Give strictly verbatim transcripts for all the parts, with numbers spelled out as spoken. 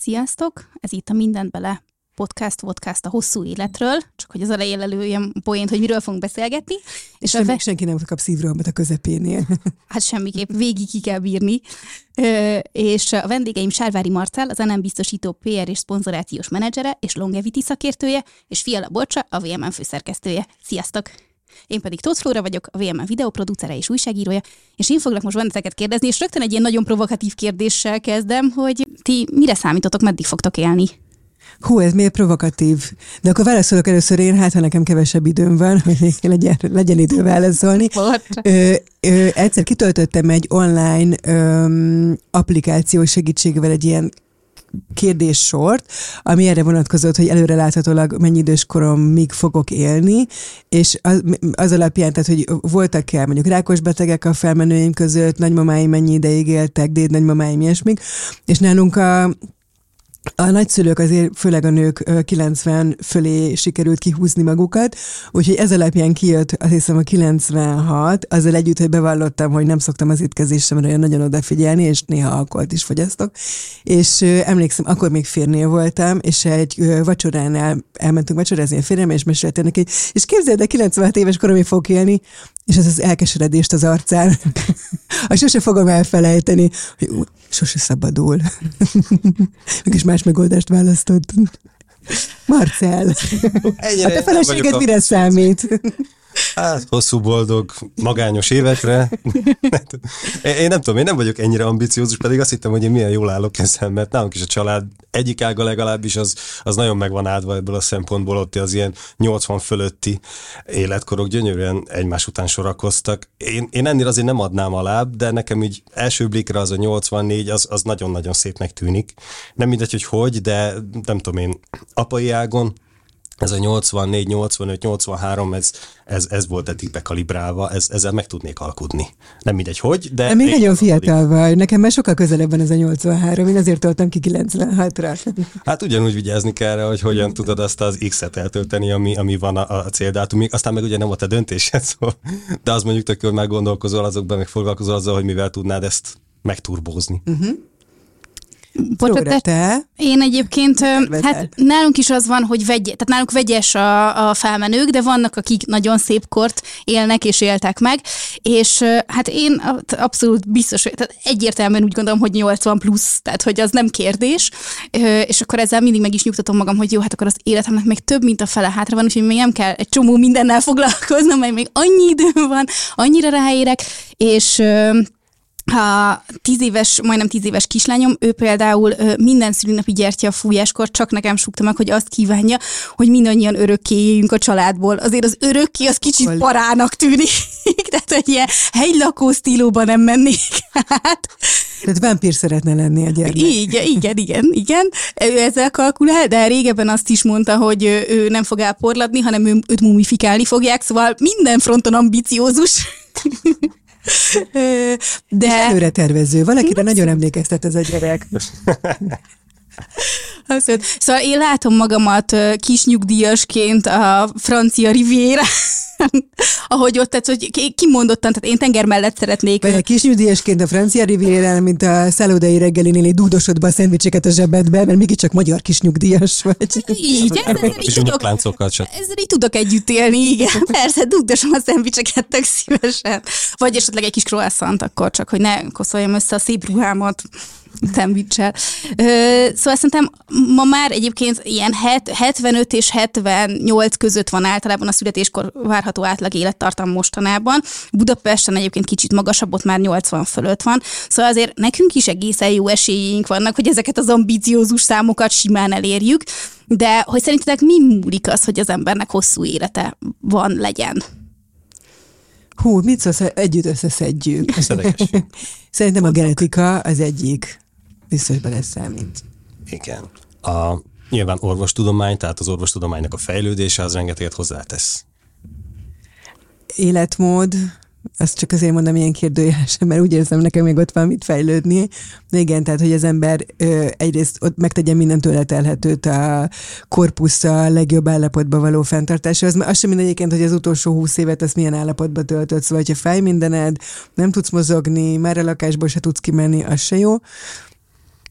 Sziasztok! Ez itt a Mindent Bele podcast, vodcast a hosszú életről, csak hogy az elején előjön poént, hogy miről fogunk beszélgetni. És Semmi, ve- senki nem kap szívrohamot a közepénél. Hát semmiképp, végig ki kell bírni. Ö, és a vendégeim Sárvári Marcell, az en em biztosító pé er és szponzorációs menedzsere és longevity szakértője, és Fiala Borcsa, a vé em en főszerkesztője. Sziasztok! Én pedig Tóth Flóra vagyok, a vé em en videóproducere és újságírója, és én foglak most benneteket kérdezni, és rögtön egy ilyen nagyon provokatív kérdéssel kezdem, hogy ti mire számítotok, meddig fogtok élni? Hú, ez miért provokatív? De akkor válaszolok először én, hát ha nekem kevesebb időm van, hogy legyen, legyen idő válaszolni. Ö, ö, egyszer kitöltöttem egy online ö, applikáció segítségével egy ilyen kérdéssort, ami erre vonatkozott, hogy előreláthatólag mennyi idős koromig fogok élni, és az, az alapján, tehát, hogy voltak-e mondjuk rákos betegek a felmenőim között, nagymamáim mennyi ideig éltek, dédnagymamáim ilyesmik, és nálunk a A nagyszülők azért, főleg a nők kilencven fölé sikerült kihúzni magukat, úgyhogy ez alapján kijött, azt hiszem a kilencvenhat, azzal együtt, hogy bevallottam, hogy nem szoktam az étkezésemre olyan nagyon odafigyelni, és néha alkoholt is fogyasztok. És emlékszem, akkor még férnél voltam, és egy vacsoránál elmentünk vacsorázni a férjem, és meséltem neki, és képzeld el, kilencvenhat éves koromig fogok élni, és ez az elkeseredést az arcán. Azt sose fogom elfelejteni, hogy ú, sose szabadul. Mégis más megoldást választott. Marcell, a te feleséged mire a... számít? Hát, hosszú, boldog, magányos évekre. Én nem tudom, én nem vagyok ennyire ambiciózus, pedig azt hittem, hogy én milyen jól állok ezzel, mert nálunk is a család egyik ága legalábbis az, az nagyon meg van áldva ebből a szempontból, ott az ilyen nyolcvan fölötti életkorok gyönyörűen egymás után sorakoztak. Én, én ennél azért nem adnám alább, de nekem így első blikre az a nyolcvannégy, az, az nagyon-nagyon szépnek tűnik. Nem mindegy, hogy hogy, de nem tudom én, apai ágon, ez a nyolcvannégy, nyolcvanöt, nyolcvanhárom, ez, ez, ez volt eddig bekalibrálva, ez, ezzel meg tudnék alkudni. Nem mindegy, hogy, de... de még nagyon fiatal vagy, nekem már sokkal közelebb van ez a nyolcvanhárom, én azért toltam ki kilencvenhatra. Hát ugyanúgy vigyázni kell rá, hogy hogyan tudod azt az X-et eltölteni, ami, ami van a, a céldátumig, aztán meg ugye nem volt a döntésed, szóval, de az mondjuk tök, hogy már gondolkozol azokban, meg foglalkozol azzal, hogy mivel tudnád ezt megturbózni. Uh-huh. Bocsánat, én egyébként, hát nálunk is az van, hogy vegy, tehát nálunk vegyes a, a felmenők, de vannak, akik nagyon szép kort élnek és éltek meg, és hát én abszolút biztos, tehát egyértelműen úgy gondolom, hogy nyolcvan plusz, tehát hogy az nem kérdés, és akkor ezzel mindig meg is nyugtatom magam, hogy jó, hát akkor az életemnek még több, mint a fele hátra van, úgyhogy még nem kell egy csomó mindennel foglalkoznom, mert még annyi időm van, annyira ráérek, és... A tíz éves, majdnem tíz éves kislányom, ő például minden szülinapi gyertyafújáskor csak nekem súgta meg, hogy azt kívánja, hogy mindannyian örökké éljünk a családból. Azért az örökké az kicsit parának tűnik, tehát hogy ilyen hegylakó stílóban nem mennék át. Tehát vámpír szeretne lenni a gyermek. Igen, igen, igen, igen. Ő ezzel kalkulál, de régebben azt is mondta, hogy ő nem fog elporladni, hanem ő, őt mumifikálni fogják, szóval minden fronton ambiciózus. De... És előre tervező. Valakire nagyon emlékeztet ez a gyerek. Szóval én látom magamat kis nyugdíjasként a francia Riviera, ahogy ott, tehát, hogy kimondottan, tehát én tenger mellett szeretnék. Vagy a kis nyugdíjasként a francia Riviera, mint a szállodai reggelinél egy dúdosodba a szendvicseket a zsebedbe, mert mégiscsak magyar kis nyugdíjas vagy. Így, ezzel így, tudok, ezzel így tudok együtt élni, igen. Persze, dúdosom a szendvicseket tök szívesen. Vagy esetleg egy kis croissant akkor csak, hogy ne koszoljam össze a szép ruhámat szendviccel. Szóval szerintem ma már egyébként ilyen hetvenöt és hetvennyolc között van általában a születéskor várható átlag élettartam mostanában. Budapesten egyébként kicsit magasabb, ott már nyolcvan fölött van. Szóval azért nekünk is egészen jó esélyeink vannak, hogy ezeket az ambiciózus számokat simán elérjük, de hogy szerintetek mi múlik az, hogy az embernek hosszú élete van, legyen? Hú, mit szólsz, együtt összeszedjük. Szerintem a genetika az egyik. Biztos beleszámít. Igen. A, nyilván orvostudomány, tehát az orvostudománynak a fejlődése az rengeteget hozzátesz. Életmód, azt csak azért mondom ilyen kérdőjelesen, mert úgy érzem, nekem még ott van mit fejlődni. De igen, tehát, hogy az ember ö, egyrészt ott megtegyen minden tőle telhetőt a korpusza a legjobb állapotba való fenntartáshoz. Az sem mindegyiként, hogy az utolsó húsz évet azt milyen állapotba töltött. Szóval, hogyha fáj mindened, nem tudsz mozogni, már a lakásból se tudsz kimenni, az se jó.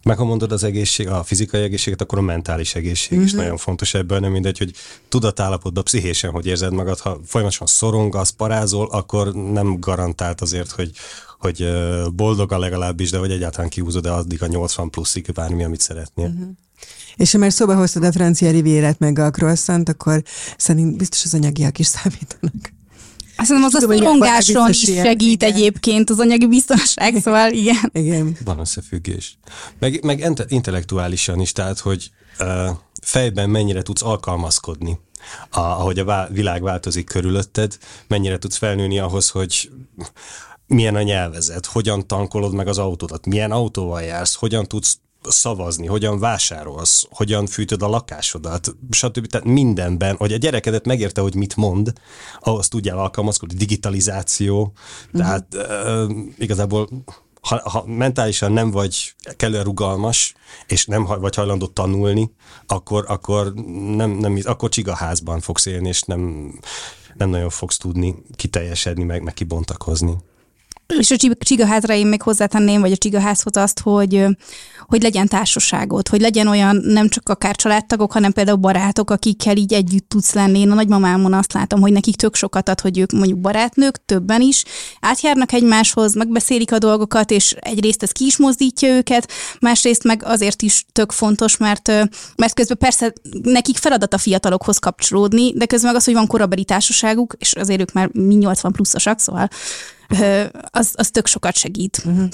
meg ha mondod az egészség, a fizikai egészséget, akkor a mentális egészség mm-hmm. is nagyon fontos ebben, nem mindegy, hogy tudatállapotban, pszichésen, hogy érzed magad, ha folyamatosan szorongasz, parázol, akkor nem garantált azért, hogy, hogy boldogan legalábbis, de hogy egyáltalán kihúzod-e addig a nyolcvan pluszig bármi, amit szeretnél. Mm-hmm. És ha már szóba hoztad a francia rivierát meg a croissant, akkor szerintem biztos az anyagiak is számítanak. Azt mondom, az a szorongáson is segít ilyen. Egyébként az anyagi biztonság, szóval igen. igen. Van összefüggés. Meg, meg intellektuálisan is, tehát, hogy uh, fejben mennyire tudsz alkalmazkodni, a, ahogy a vá- világ változik körülötted, mennyire tudsz felnőni ahhoz, hogy milyen a nyelvezet, hogyan tankolod meg az autódat, milyen autóval jársz, hogyan tudsz szavazni, hogyan vásárolsz, hogyan fűtöd a lakásodat, stb. Tehát mindenben, hogy a gyerekedet megérte, hogy mit mond, ahhoz tudjál alkalmazkodni, digitalizáció, uh-huh. tehát uh, igazából ha, ha mentálisan nem vagy kellően rugalmas, és nem vagy hajlandó tanulni, akkor, akkor, nem, nem, akkor csigaházban fogsz élni, és nem, nem nagyon fogsz tudni kiteljesedni, meg, meg kibontakozni. És a csigaházra én még hozzátenném, vagy a csigaházhoz azt, hogy, hogy legyen társaságod, hogy legyen olyan nem csak akár családtagok, hanem például barátok, akikkel így együtt tudsz lenni. Én a nagymamámon azt látom, hogy nekik tök sokat ad, hogy ők mondjuk barátnők, többen is, átjárnak egymáshoz, megbeszélik a dolgokat, és egyrészt ez ki is mozdítja őket, másrészt meg azért is tök fontos, mert, mert közben persze nekik feladat a fiatalokhoz kapcsolódni, de közben meg az, hogy van korabeli társaságuk, és azért ők már mi nyolcvan pluszosak, szóval Az, az tök sokat segít. Uh-huh.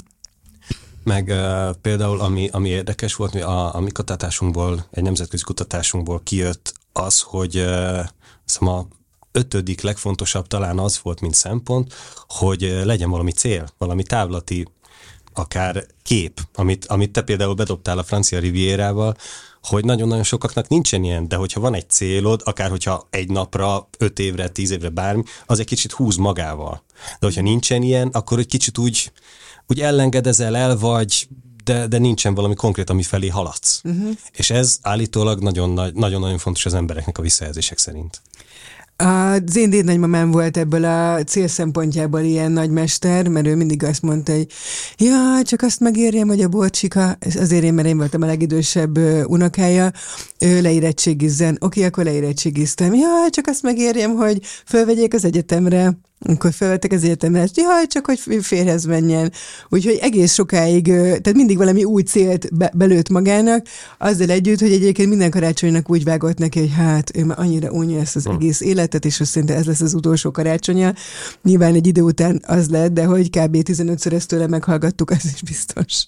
Meg uh, például, ami, ami érdekes volt, a, a mi kutatásunkból, egy nemzetközi kutatásunkból kijött az, hogy uh, szóval a ötödik legfontosabb talán az volt, mint szempont, hogy uh, legyen valami cél, valami távlati, akár kép, amit, amit te például bedobtál a francia rivierával, hogy nagyon-nagyon sokaknak nincsen ilyen, de hogyha van egy célod, akár hogyha egy napra, öt évre, tíz évre bármi, az egy kicsit húz magával. De hogyha nincsen ilyen, akkor egy kicsit úgy, úgy ellengedezel el, vagy de, de nincsen valami konkrét, ami felé haladsz. Uh-huh. És ez állítólag nagyon-nagyon fontos az embereknek a visszajelzések szerint. Az én dédnagymamám volt ebből a cél szempontjából ilyen nagymester, mert ő mindig azt mondta, hogy ja, csak azt megérjem, hogy a Borcsika, azért én, mert én voltam a legidősebb unokája, ő leérettségizzen. Oké, akkor leérettségiztem. Ja, csak azt megérjem, hogy fölvegyék az egyetemre. Akkor felvettek az egyetemre, és jaj, csak hogy férhez menjen. Úgyhogy egész sokáig, tehát mindig valami új célt be, belőtt magának, azzal együtt, hogy egyébként minden karácsonynak úgy vágott neki, hogy hát ő már annyira unja ezt az egész életet, és azt szerintem ez lesz az utolsó karácsonya. Nyilván egy idő után az lett, de hogy kb. tizenötször ezt tőle meghallgattuk, az is biztos.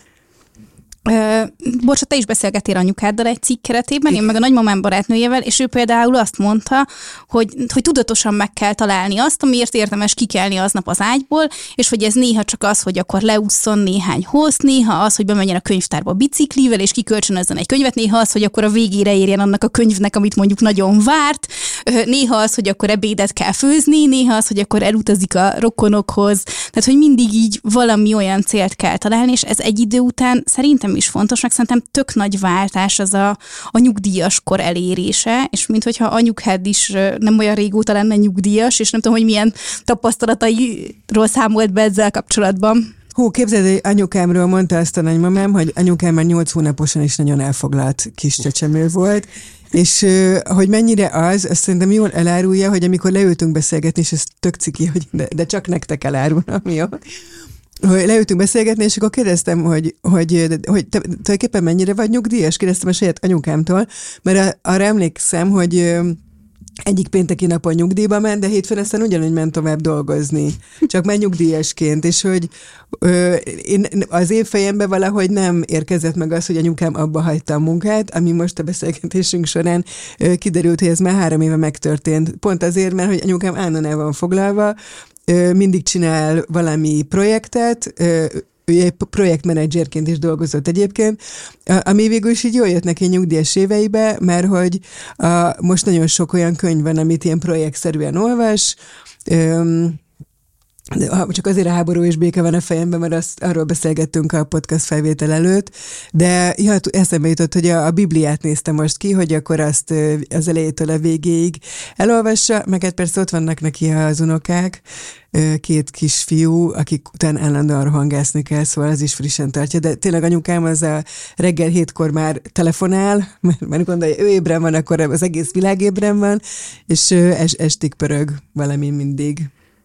Uh, Borcsa, te is beszélgettél anyukáddal egy cikk keretében, én meg a nagymamám barátnőjével, és ő például azt mondta, hogy, hogy tudatosan meg kell találni azt, amiért érdemes kikelni aznap az ágyból, és hogy ez néha csak az, hogy akkor leússzon néhány hozt, néha az, hogy bemenjen a könyvtárba biciklivel, és kikölcsönözzön egy könyvet, néha az, hogy akkor a végére érjen annak a könyvnek, amit mondjuk nagyon várt, néha az, hogy akkor ebédet kell főzni, néha az, hogy akkor elutazik a rokonokhoz, tehát hogy mindig így valami olyan célt kell találni, és ez egy idő után szerintem is fontos, meg szerintem tök nagy váltás az a, a nyugdíjas kor elérése, és minthogyha anyukád is nem olyan régóta lenne nyugdíjas, és nem tudom, hogy milyen tapasztalatairól számolt be ezzel kapcsolatban. Hú, képzeld, hogy anyukámról mondta azt a nagymamám, hogy anyukám már nyolc hónaposan is nagyon elfoglalt kis csecsemő volt, és hogy mennyire az, azt szerintem jól elárulja, hogy amikor leültünk beszélgetni, és ez tök ciki, hogy de, de csak nektek elárulna, mi jó? Hogy leültünk beszélgetni, és akkor kérdeztem, hogy, hogy, hogy te, tulajdonképpen mennyire vagy nyugdíjas? Kérdeztem a saját anyukámtól, mert arra emlékszem, hogy egyik pénteki napon nyugdíjba ment, de hétfőn aztán ugyanúgy ment tovább dolgozni, csak már nyugdíjasként, és hogy ö, én, az én fejemben valahogy nem érkezett meg az, hogy anyukám abba hagyta a munkát, ami most a beszélgetésünk során ö, kiderült, hogy ez már három éve megtörtént. Pont azért, mert hogy anyukám állandóan el van foglalva, ö, mindig csinál valami projektet, ö, ő egy projektmenedzserként is dolgozott egyébként, ami végül is így jól jött neki nyugdíjas éveibe, mert hogy a, most nagyon sok olyan könyv van, amit ilyen projektszerűen olvas, öm, De csak azért a háború és béke van a fejemben, mert azt, arról beszélgettünk a podcast felvétel előtt, de ja, eszembe jutott, hogy a, a Bibliát néztem most ki, hogy akkor azt az elejétől a végéig elolvassa, meg hát persze ott vannak neki az unokák, két kisfiú, akik után állandóan rohangászni kell, szóval az is frissen tartja, de tényleg anyukám az a reggel hétkor már telefonál, mert gondolja, ő ébren van, akkor az egész világ ébren van, és es, estig pörög valami mindig.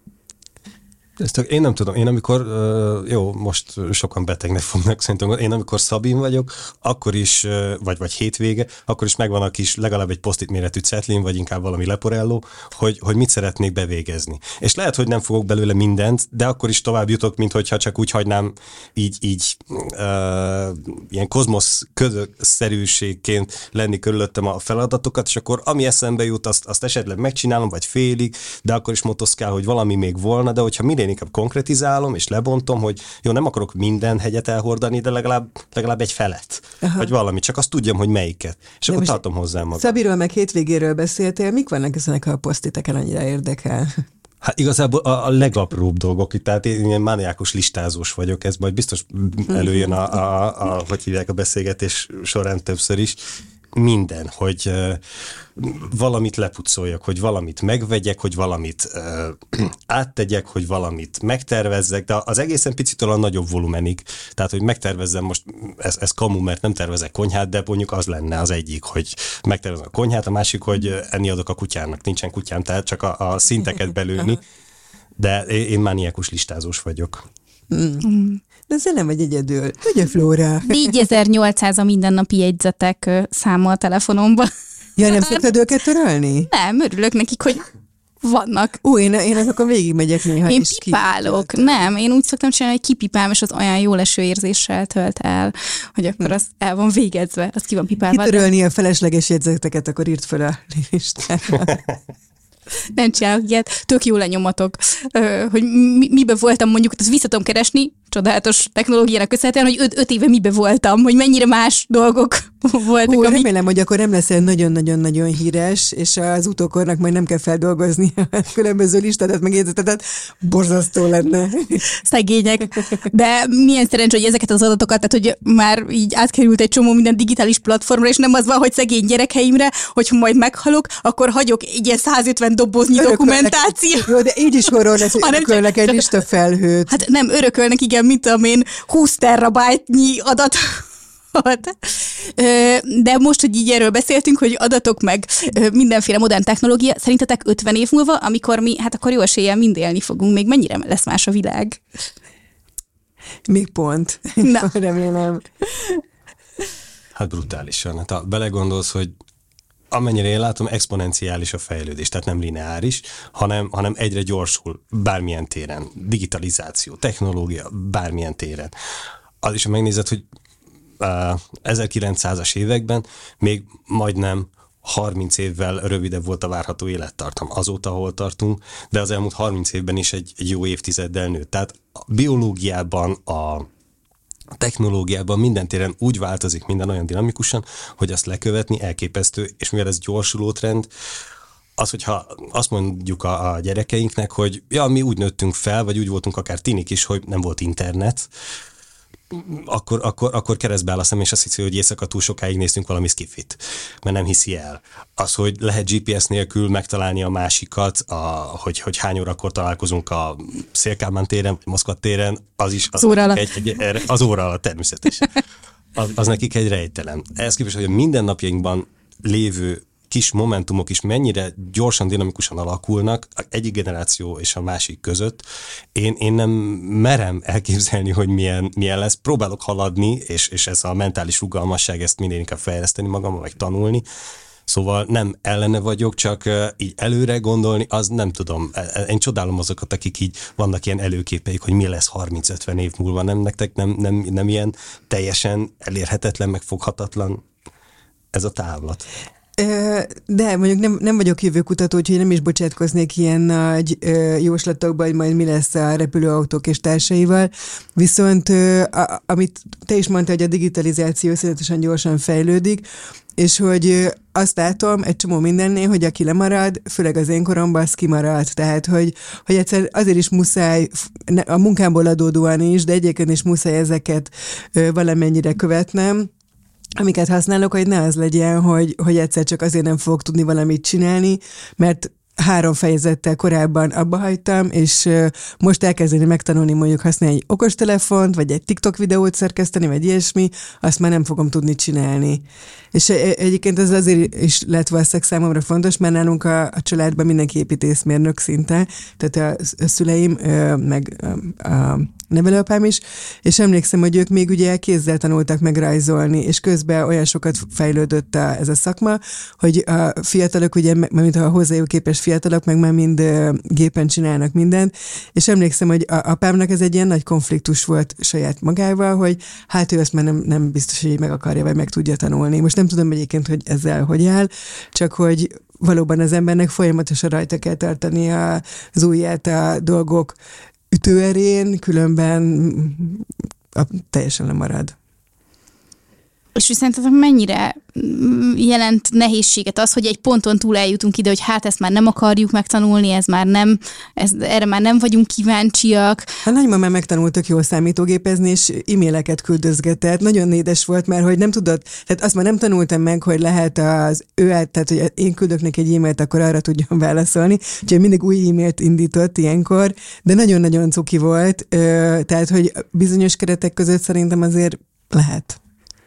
Ezt én nem tudom, én amikor, jó, most sokan betegnek fognak szerintem, én amikor szabin vagyok, akkor is, vagy, vagy hétvége, akkor is megvan a kis, legalább egy posztit méretű cetlin, vagy inkább valami leporelló, hogy, hogy mit szeretnék bevégezni. És lehet, hogy nem fogok belőle mindent, de akkor is tovább jutok, mint hogyha csak úgy hagynám így, így uh, ilyen kozmosz ködökszerűségként lenni körülöttem a feladatokat, és akkor ami eszembe jut, azt, azt esetleg megcsinálom, vagy félig, de akkor is motoszkál, hogy valami még volna, de hogyha minél inkább konkretizálom, és lebontom, hogy jó, nem akarok minden hegyet elhordani, de legalább, legalább egy felet, Aha. vagy valami, csak azt tudjam, hogy melyiket. És de akkor tartom hozzá magam. Szabiról meg hétvégéről beszéltél, mik vannak ezek a posztiteken, annyira érdekel? Hát igazából a, a legapróbb dolgok, tehát én ilyen mániákus listázós vagyok, ez majd biztos előjön a, a, a, a hogy hívják a beszélgetés során többször is. Minden, hogy uh, valamit lepucoljak, hogy valamit megvegyek, hogy valamit uh, áttegyek, hogy valamit megtervezzek, de az egészen picitől a nagyobb volumenig. Tehát, hogy megtervezzem most, ez, ez kamu, mert nem tervezek konyhát, de mondjuk az lenne az egyik, hogy megtervezem a konyhát, a másik, hogy enni adok a kutyának. Nincsen kutyám, tehát csak a, a szinteket belőni. De én mániákus listázós vagyok. Mm. De ezzel nem vagy egyedül. Ugye, Flóra? négyezer-nyolcszáz a mindennapi jegyzetek száma a telefonomban. Ja, nem szoktad őket törölni? Nem, örülök nekik, hogy vannak. Ú, én, én azokon végigmegyek néha Én is. pipálok. Ki... Nem, én úgy szoktam csinálni, hogy kipipálom, és az olyan jó leső érzéssel tölt el, hogy akkor az el van végezve, az ki van pipálva. Kitörölni a felesleges jegyzeteket, akkor írt fel a listára. Nem csinálok ilyet, tök jó lenyomatok, hogy mi, mibe voltam, mondjuk, ezt vissza tudom keresni, csodálatos technológiának köszönhetően, hogy öt, öt éve mibe voltam, hogy mennyire más dolgok voltak. Hú, remélem, amik... hogy akkor nem leszel nagyon-nagyon-nagyon híres, és az utókornak majd nem kell feldolgozni a különböző listádat, meg jegyzetetet, borzasztó lenne. Szegények. De milyen szerencsé, hogy ezeket az adatokat, tehát hogy már így átkerült egy csomó minden digitális platformra, és nem az van, hogy szegény gyerekeimre, hogyha majd meghalok, akkor hagyok egy ilyen százötven doboznyi örökölnek, dokumentáció. Jó, de így is horror lesz, hogy örökölnek egy listafelhőt. Hát nem, örökölnek, igen, mint tudom én, húsz terabájtnyi adat. De most, hogy így erről beszéltünk, hogy adatok meg mindenféle modern technológia, szerintetek ötven év múlva, amikor mi, hát akkor jó eséllyel mind élni fogunk, még mennyire lesz más a világ? Még pont. Na. Remélem. Hát brutálisan. Hát ha belegondolsz, hogy amennyire én látom, exponenciális a fejlődés, tehát nem lineáris, hanem, hanem egyre gyorsul bármilyen téren. Digitalizáció, technológia, bármilyen téren. Az is, ha megnézed, hogy uh, ezerkilencszázas években még majdnem harminc évvel rövidebb volt a várható élettartam. Azóta, hol tartunk, de az elmúlt harminc évben is egy, egy jó évtizeddel nőtt. Tehát a biológiában, a A technológiában minden téren úgy változik minden olyan dinamikusan, hogy azt lekövetni elképesztő, és mivel ez gyorsuló trend, az, hogyha azt mondjuk a, a gyerekeinknek, hogy ja, mi úgy nőttünk fel, vagy úgy voltunk akár tinik is, hogy nem volt internet, akkor, akkor, akkor keresztbe áll a szem, és azt hiszi, hogy éjszaka túl sokáig néztünk valami skifit, mert nem hiszi el. Az, hogy lehet gé pé es nélkül megtalálni a másikat, a, hogy, hogy hány órakor találkozunk a Szél-Kálmán téren, vagy Moszkva téren, az is az, az óra alatt. Egy, egy, az óra alatt természetesen. Az, az nekik egy rejtelen. Ehhez képest, hogy a mindennapjainkban lévő kis momentumok is mennyire gyorsan, dinamikusan alakulnak egyik generáció és a másik között. Én, én nem merem elképzelni, hogy milyen, milyen lesz. Próbálok haladni, és, és ez a mentális rugalmasság, ezt minél inkább fejleszteni magammal, vagy tanulni. Szóval nem ellene vagyok, csak így előre gondolni, az nem tudom. Én csodálom azokat, akik így vannak ilyen előképeik, hogy mi lesz harminc-ötven év múlva. Nem nektek nem, nem, nem ilyen teljesen elérhetetlen, megfoghatatlan ez a távlat. De mondjuk nem, nem vagyok jövőkutató, úgyhogy nem is bocsátkoznék ilyen nagy jóslatokba, hogy majd mi lesz a repülőautók és társaival. Viszont a, amit te is mondtad, hogy a digitalizáció szerintem gyorsan fejlődik, és hogy azt látom egy csomó mindennél, hogy aki lemarad, főleg az én koromban, az kimarad. Tehát, hogy, hogy egyszer azért is muszáj, a munkámból adódóan is, de egyébként is muszáj ezeket valamennyire követnem, amiket használok, hogy ne az legyen, hogy, hogy egyszer csak azért nem fogok tudni valamit csinálni, mert három fejezettel korábban abba hagytam, és most elkezdeni megtanulni mondjuk használni egy okostelefont, vagy egy TikTok videót szerkeszteni, vagy ilyesmi, azt már nem fogom tudni csinálni. És egyébként ez azért is lett valószínűleg számomra fontos, mert nálunk a, a családban mindenki építészmérnök szinte, tehát a, a szüleim, meg a, a nevelőapám is, és emlékszem, hogy ők még ugye kézzel tanultak meg rajzolni, és közben olyan sokat fejlődött a, ez a szakma, hogy a fiatalok ugye, mint a hozzájuk képes fiatalok, meg már mind gépen csinálnak mindent, és emlékszem, hogy a apámnak ez egy ilyen nagy konfliktus volt saját magával, hogy hát ő azt már nem, nem biztos, hogy meg akarja, vagy meg tudja tanulni. Most nem tudom egyébként, hogy ezzel hogy áll, csak hogy valóban az embernek folyamatosan rajta kell tartani az ujját a dolgok ütőerén, különben a, teljesen lemarad. És hogy szerintetek mennyire jelent nehézséget az, hogy egy ponton túl eljutunk ide, hogy hát ezt már nem akarjuk megtanulni, ez már nem, ez, erre már nem vagyunk kíváncsiak. A nagymamám megtanultak jól számítógépezni, és e-maileket küldözgetett. Nagyon édes volt, mert hogy nem tudod, tehát azt már nem tanultam meg, hogy lehet az ő, tehát hogy én küldök neki egy e-mailt, akkor arra tudjon válaszolni. Úgyhogy mindig új e-mailt indított ilyenkor, de nagyon-nagyon cuki volt, tehát hogy bizonyos keretek között szerintem azért lehet.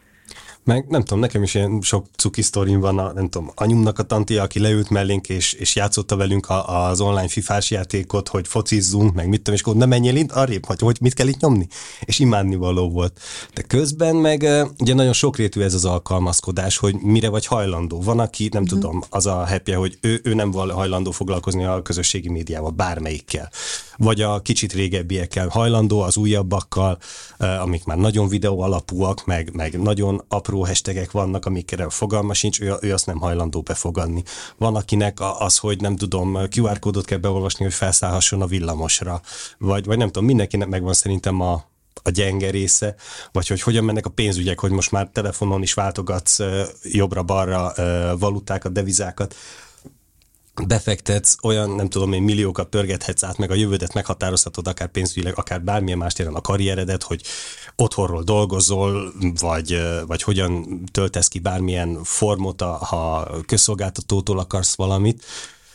Meg nem tudom, nekem is ilyen sok cuki sztorim van, a, nem tudom, anyumnak a tantia, aki leült mellénk, és, és játszotta velünk a, az online fifás játékot, hogy focizzunk, meg mit tudom, és akkor nem menjél itt arrébb, hogy, hogy mit kell itt nyomni, és imádnivaló volt. De közben meg ugye nagyon sokrétű ez az alkalmazkodás, hogy mire vagy hajlandó. Van, aki, nem mm. tudom, az a happy, hogy ő, ő nem hajlandó foglalkozni a közösségi médiával, bármelyikkel. Vagy a kicsit régebbiekkel hajlandó, az újabbakkal, amik már nagyon videó alapúak, meg, meg nagyon apró hashtagek vannak, amikre fogalma sincs, ő, ő azt nem hajlandó befogadni. Van akinek az, hogy nem tudom, kú er kódot kell beolvasni, hogy felszállhasson a villamosra, vagy, vagy nem tudom, mindenkinek megvan szerintem a, a gyenge része, vagy hogy hogyan mennek a pénzügyek, hogy most már telefonon is váltogatsz jobbra-balra valutákat, devizákat, befektetsz, olyan, nem tudom én, milliókat pörgethetsz át, meg a jövődet meghatározhatod, akár pénzügyileg, akár bármilyen más téren a karrieredet, hogy otthonról dolgozol, vagy, vagy hogyan töltesz ki bármilyen formot, ha közszolgáltatótól akarsz valamit,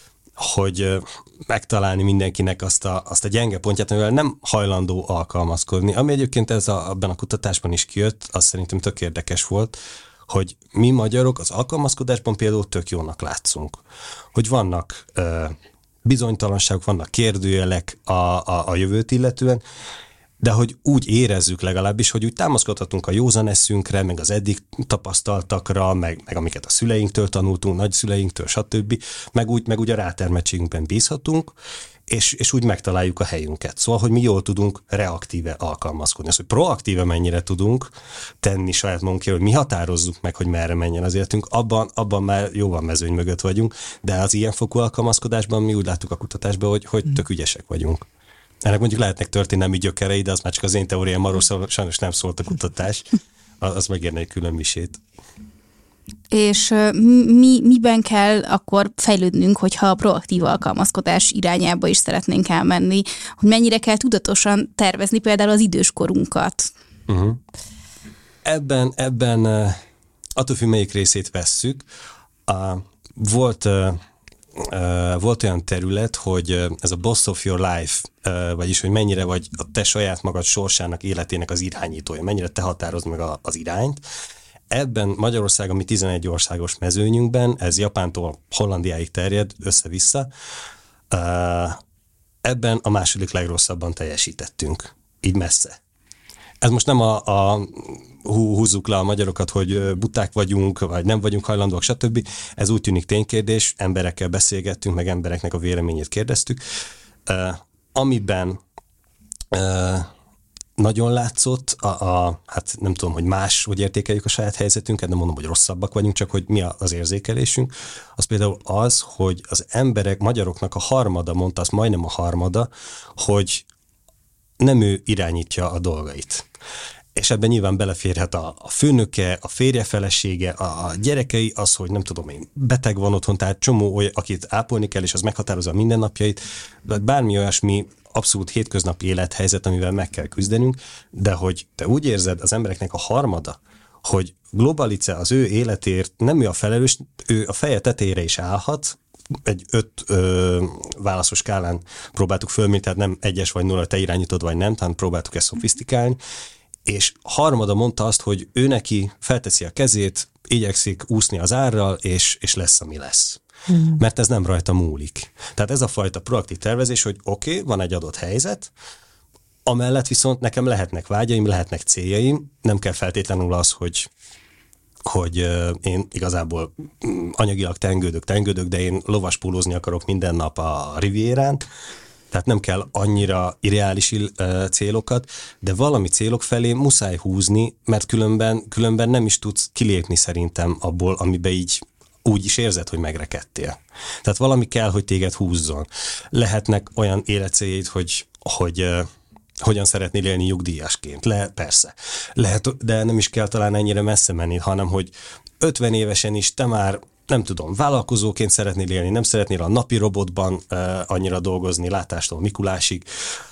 hogy megtalálni mindenkinek azt a, azt a gyenge pontját, amivel nem hajlandó alkalmazkodni. Ami egyébként ez a, abban a kutatásban is kijött, az szerintem tök érdekes volt, hogy mi magyarok az alkalmazkodásban például tök jónak látszunk. Hogy vannak ö, bizonytalanságok, vannak kérdőjelek a, a, a jövőt illetően, de hogy úgy érezzük legalábbis, hogy úgy támaszkodhatunk a józan eszünkre, meg az eddig tapasztaltakra, meg, meg amiket a szüleinktől tanultunk, nagyszüleinktől, stb. Meg úgy, meg úgy a rátermettségünkben bízhatunk, és, és úgy megtaláljuk a helyünket. Szóval, hogy mi jól tudunk reaktíve alkalmazkodni. Az, hogy proaktíve mennyire tudunk tenni saját magunkért, hogy mi határozzuk meg, hogy merre menjen az életünk, abban, abban már jóval mezőny mögött vagyunk, de az ilyenfokú alkalmazkodásban mi úgy láttuk a kutatásban, hogy, hogy tök ügyesek vagyunk. Ennek mondjuk lehetnek történelmi gyökerei, de az már csak az én teóriám, arról sajnos nem szólt a kutatás. Az megérne egy külön misét. És mi, miben kell akkor fejlődnünk, hogyha a proaktív alkalmazkodás irányába is szeretnénk elmenni, hogy mennyire kell tudatosan tervezni például az időskorunkat? Uh-huh. Ebben, ebben attól függ, melyik részét vesszük. Uh, volt... Uh, Uh, volt olyan terület, hogy ez a boss of your life, uh, vagyis, hogy mennyire vagy a te saját magad sorsának, életének az irányítója, mennyire te határozd meg a, az irányt. Ebben Magyarország, ami tizenegy országos mezőnyünkben, ez Japántól Hollandiáig terjed össze-vissza, uh, ebben a második legrosszabban teljesítettünk, így messze. Ez most nem a, a hú, húzzuk le a magyarokat, hogy buták vagyunk, vagy nem vagyunk hajlandóak, stb. Ez úgy tűnik ténykérdés, emberekkel beszélgettünk, meg embereknek a véleményét kérdeztük. Uh, amiben uh, nagyon látszott, a, a, hát nem tudom, hogy más, hogy értékeljük a saját helyzetünket, nem mondom, hogy rosszabbak vagyunk, csak hogy mi az érzékelésünk, az például az, hogy az emberek, magyaroknak a harmada, mondta azt majdnem a harmada, hogy nem ő irányítja a dolgait. És ebben nyilván beleférhet a, a főnöke, a férje felesége, a, a gyerekei, az, hogy nem tudom én, beteg van otthon, tehát csomó olyan, akit ápolni kell, és az meghatározza a mindennapjait, bármi olyasmi abszolút hétköznapi élethelyzet, amivel meg kell küzdenünk, de hogy te úgy érzed, az embereknek a harmada, hogy Globalice az ő életért nem ő a felelős, ő a feje tetejére is állhat, egy öt ö, válaszos skálán próbáltuk fölmérni, tehát nem egyes vagy nulla, te irányítod vagy nem, tehát próbáltuk ezt szofisztikálni, és harmada mondta azt, hogy ő neki felteszi a kezét, igyekszik úszni az árral, és, és lesz, ami lesz. Hmm. Mert ez nem rajta múlik. Tehát ez a fajta proaktív tervezés, hogy oké, okay, van egy adott helyzet, amellett viszont nekem lehetnek vágyaim, lehetnek céljaim, nem kell feltétlenül az, hogy hogy uh, én igazából anyagilag tengődök, tengődök, de én lovaspólózni akarok minden nap a Rivierán, tehát nem kell annyira irreális uh, célokat, de valami célok felé muszáj húzni, mert különben, különben nem is tudsz kilépni szerintem abból, amiben így úgy is érzed, hogy megrekedtél. Tehát valami kell, hogy téged húzzon. Lehetnek olyan életcéljaid, hogy, hogy uh, hogyan szeretnél élni nyugdíjasként. Le, persze. Lehet, de nem is kell talán ennyire messze menni, hanem hogy ötven évesen is te már, nem tudom, vállalkozóként szeretnél élni, nem szeretnél a napi robotban uh, annyira dolgozni, látástól Mikulásig,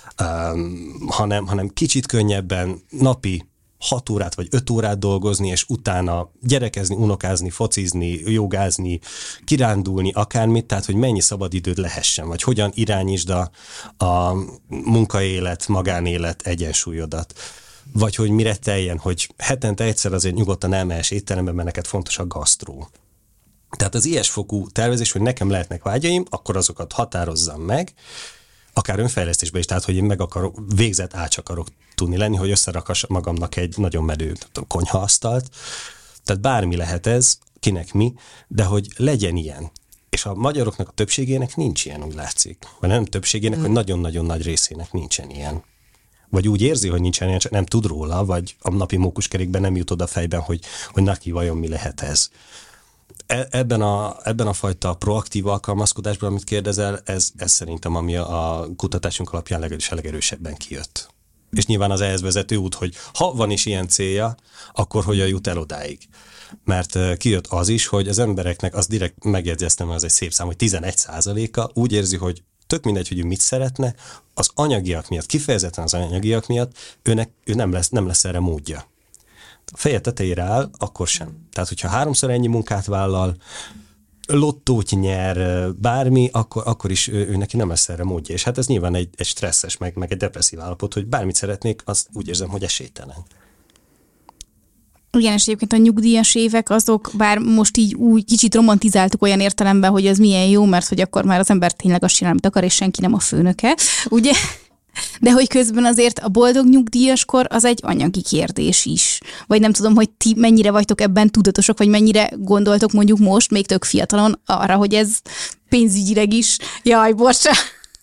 um, hanem, hanem kicsit könnyebben napi hat órát vagy öt órát dolgozni, és utána gyerekezni, unokázni, focizni, jogázni, kirándulni, akármit, tehát hogy mennyi szabadidőd lehessen, vagy hogyan irányítsd a, a munkaélet, magánélet egyensúlyodat. Vagy hogy mire teljen, hogy hetente egyszer azért nyugodtan elmehess étterembe, mert neked fontos a gasztró. Tehát az ilyesfokú tervezés, hogy nekem lehetnek vágyaim, akkor azokat határozzam meg, akár önfejlesztésben is, tehát hogy én meg akarok, végzett ács akarok tudni lenni, hogy összerakass magamnak egy nagyon menő konyhaasztalt. Tehát bármi lehet ez, kinek mi, de hogy legyen ilyen. És a magyaroknak a többségének nincs ilyen, úgy látszik. Vagy nem többségének, mm. hogy nagyon-nagyon nagy részének nincsen ilyen. Vagy úgy érzi, hogy nincsen ilyen, csak nem tud róla, vagy a napi mókuskerékben nem jut oda fejben, hogy, hogy neki vajon mi lehet ez. Ebben a, ebben a fajta proaktív alkalmazkodásban, amit kérdezel, ez, ez szerintem, ami a, a kutatásunk alapján legalábbis a legerősebben kijött. És nyilván az ehhez vezető út, hogy ha van is ilyen célja, akkor hogyan jut el odáig. Mert kijött az is, hogy az embereknek, azt direkt megjegyeztem, az egy szép szám, hogy tizenegy százaléka úgy érzi, hogy tök mindegy, hogy ő mit szeretne, az anyagiak miatt, kifejezetten az anyagiak miatt, őnek, ő nem lesz, nem lesz erre módja. A feje tetejére áll, akkor sem. Tehát, hogyha háromszor ennyi munkát vállal, lottót nyer, bármi, akkor, akkor is ő, ő neki nem lesz erre módja. És hát ez nyilván egy, egy stresszes, meg, meg egy depresszív állapot, hogy bármit szeretnék, azt úgy érzem, hogy esélytelen. Igen, és egyébként a nyugdíjas évek azok, bár most így úgy kicsit romantizáltuk olyan értelemben, hogy ez milyen jó, mert hogy akkor már az ember tényleg azt csinál, amit akar, és senki nem a főnöke, ugye? De hogy közben azért a boldog nyugdíjaskor az egy anyagi kérdés is. Vagy nem tudom, hogy ti mennyire vagytok ebben tudatosok, vagy mennyire gondoltok mondjuk most, még tök fiatalon arra, hogy ez pénzügyileg is, jaj, bocsánat.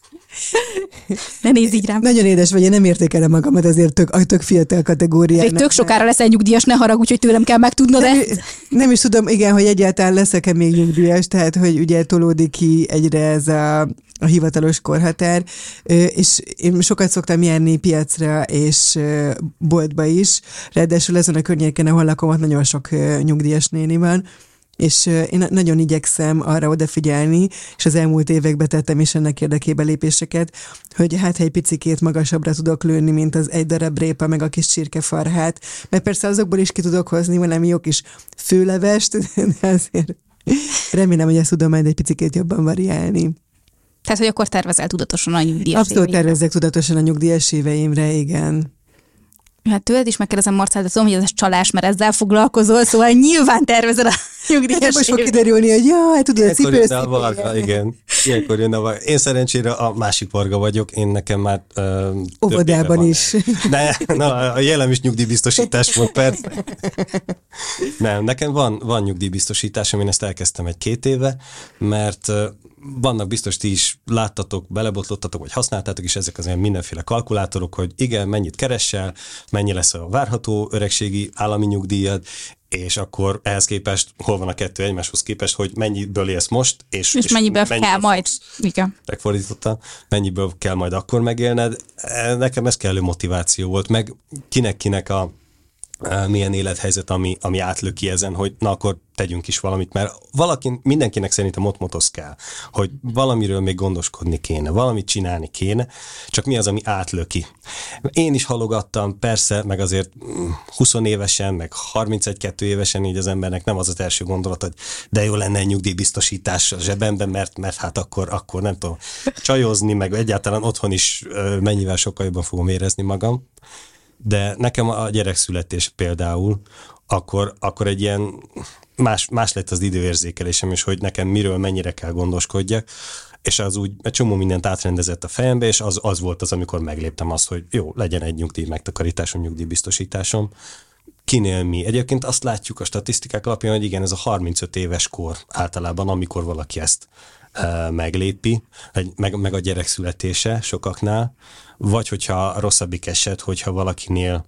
Ne nézz így rám. Nagyon édes vagy, én nem értékelem magamat azért tök, tök fiatal kategóriának. Még tök sokára leszel nyugdíjas, ne haragudj, hogy tőlem kell megtudnod nem, ezt. Nem is tudom, igen, hogy egyáltalán leszek-e még nyugdíjas, tehát hogy ugye tolódik ki egyre ez a, a hivatalos korhatár, és én sokat szoktam járni piacra és boltba is, ráadásul ezen a környéken, ahol lakom, ott nagyon sok nyugdíjas néni van, és én nagyon igyekszem arra odafigyelni, és az elmúlt években tettem is ennek érdekében lépéseket, hogy hát egy picikét magasabbra tudok lőni, mint az egy darab répa, meg a kis csirkefarhát, mert persze azokból is ki tudok hozni valami jó kis főlevest, de azért remélem, hogy ezt tudom majd egy picikét jobban variálni. Tehát, hogy akkor tervezel tudatosan a nyugdíjas Abszolút éveimre. Tervezek tudatosan a nyugdíjas éveimre, igen. Hát tőled is megkérdezem, Marcell, de tudom, hogy ez csalás, mert ezzel foglalkozol, szóval nyilván tervezed a nyugdíjas most fog kiderülni, hogy jaj, tudod, a cipőszipője. Igen, ilyenkor jön a varga. Én szerencsére a másik varga vagyok, én nekem már uh, óvodában is. Ne, na, a jelen is nyugdíjbiztosítás volt, persze. Nem, nekem van, van nyugdíjbiztosításom, én ezt elkezdtem egy két éve, mert uh, vannak biztos ti is láttatok, belebotlottatok, vagy használtátok is ezek az ilyen mindenféle kalkulátorok, hogy igen, mennyit keresel, mennyi lesz a várható öregségi állami nyugdíjad, és akkor ehhez képest, hol van a kettő egymáshoz képest, hogy mennyiből élsz most, és, és, és mennyiből mennyiből kell majd. Igen. Megfordítottam, mennyiből kell majd akkor megélned. Nekem ez kellő motiváció volt, meg kinek-kinek a milyen élethelyzet, ami, ami átlöki ezen, hogy na akkor tegyünk is valamit, mert valaki, mindenkinek szerintem ott motosz kell, hogy valamiről még gondoskodni kéne, valamit csinálni kéne, csak mi az, ami átlöki. Én is halogattam, persze, meg azért húsz évesen, meg harmincegy-kettő évesen így az embernek nem az az első gondolat, hogy de jó lenne egy nyugdíjbiztosítás a zsebemben, mert, mert hát akkor, akkor nem tudom, csajozni, meg egyáltalán otthon is mennyivel sokkal jobban fogom érezni magam. De nekem a gyerekszületés például, akkor, akkor egy ilyen más, más lett az időérzékelésem is, hogy nekem miről mennyire kell gondoskodjak, és az úgy egy csomó mindent átrendezett a fejembe, és az, az volt az, amikor megléptem azt, hogy jó, legyen egy nyugdíj megtakarításom, nyugdíjbiztosításom. Kinél mi? Egyébként azt látjuk a statisztikák alapján, hogy igen, ez a harmincöt éves kor általában, amikor valaki ezt e, meglépi, meg, meg a gyerek születése sokaknál, vagy hogyha rosszabbik eset, hogyha valakinél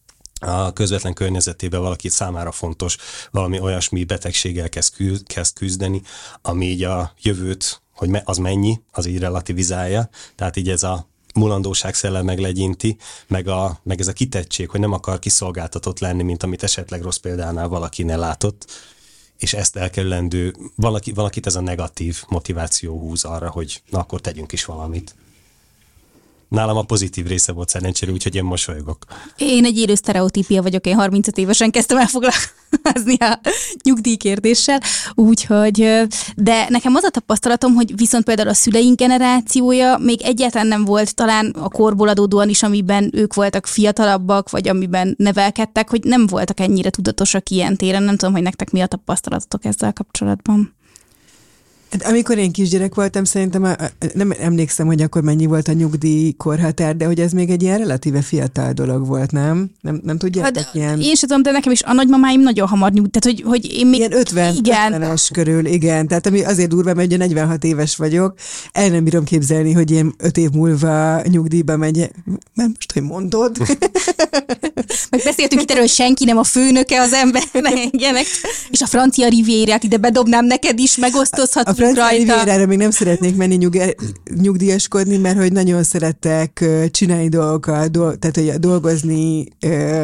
a közvetlen környezetében valaki számára fontos, valami olyasmi betegséggel kezd küzdeni, ami így a jövőt, hogy az mennyi, az így relativizálja, tehát így ez a mulandóság szellem meglegyinti, meg, a, meg ez a kitettség, hogy nem akar kiszolgáltatott lenni, mint amit esetleg rossz példánál valakinél látott, és ezt elkerülendő, valaki, valakit ez a negatív motiváció húz arra, hogy na akkor tegyünk is valamit. Nálam a pozitív része volt szerencsére, úgyhogy én mosolygok. Én egy élő sztereotípia vagyok, én harmincöt évesen kezdtem el foglalkozni a nyugdíjkérdéssel, úgyhogy, de nekem az a tapasztalatom, hogy viszont például a szüleink generációja még egyáltalán nem volt, talán a korból adódóan is, amiben ők voltak fiatalabbak, vagy amiben nevelkedtek, hogy nem voltak ennyire tudatosak ilyen téren. Nem tudom, hogy nektek mi a tapasztalatotok ezzel kapcsolatban. Amikor én kisgyerek voltam, szerintem a, nem emlékszem, hogy akkor mennyi volt a nyugdíjkorhatár, de hogy ez még egy ilyen relatíve fiatal dolog volt, nem? Nem, nem tudjátok hát, ilyen... Én sem tudom, de nekem is a nagymamáim nagyon hamar nyugdíj, tehát hogy, hogy én még... Ilyen ötvenes körül, igen. Tehát ami azért durva, mert ugye negyvenhat éves vagyok, el nem bírom képzelni, hogy én öt év múlva nyugdíjba megy. Mert most, hogy mondod. Meg beszéltünk itt erről, hogy senki nem a főnöke az embernek, ilyenek. És a francia rivérát ide bedobnám neked is, megosztozhat. A francia rivérára még nem szeretnék menni nyug, nyugdíjaskodni, mert hogy nagyon szeretek csinálni dolgokat, do, tehát hogy dolgozni ö,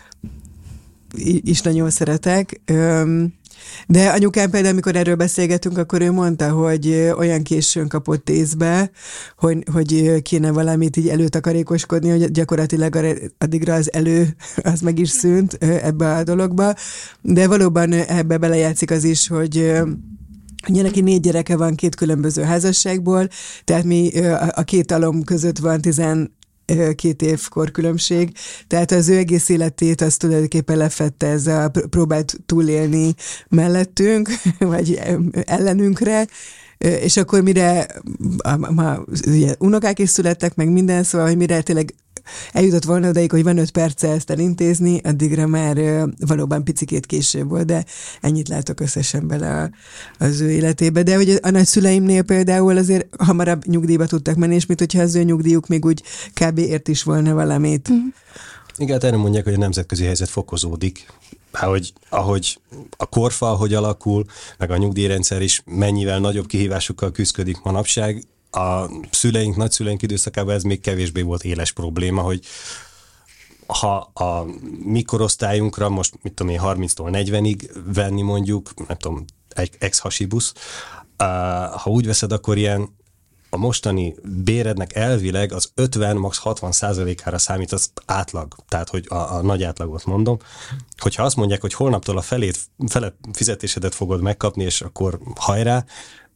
is nagyon szeretek. Ö, de anyukám például, amikor erről beszélgetünk, akkor ő mondta, hogy olyan későn kapott észbe, hogy, hogy kéne valamit így előtakarékoskodni, hogy gyakorlatilag addigra az elő, az meg is szűnt ebbe a dologba. De valóban ebbe belejátszik az is, hogy ugye neki négy gyereke van két különböző házasságból, tehát mi a két alom között van tizenkét év korkülönbség, tehát az ő egész életét azt tulajdonképpen lefette ez a próbált túlélni mellettünk, vagy ellenünkre, és akkor mire ma, ugye, unokák is születtek, meg minden, szóval, hogy mire tényleg eljutott volna odaig, hogy van öt perce ezt elintézni, addigra már uh, valóban picikét később volt, de ennyit látok összesen bele a, az ő életébe. De hogy a nagyszüleimnél például azért hamarabb nyugdíjba tudtak menni, és mint hogyha az ő nyugdíjuk még úgy kb. Ért is volna valamit. Mm. Igen, erre mondják, hogy a nemzetközi helyzet fokozódik. Ahogy, ahogy a korfa, ahogy alakul, meg a nyugdíjrendszer is mennyivel nagyobb kihívásokkal küzdik manapság, a szüleink, nagyszüleink időszakában ez még kevésbé volt éles probléma, hogy ha a mi korosztályunkra most, mit tudom én, harminctól negyvenig venni mondjuk, nem tudom, egy ex-hasibusz, ha úgy veszed, akkor ilyen a mostani bérednek elvileg az ötven, max. hatvan százalékára számít az átlag, tehát hogy a, a nagy átlagot mondom. Hogyha azt mondják, hogy holnaptól a felét, fele fizetésedet fogod megkapni, és akkor hajrá,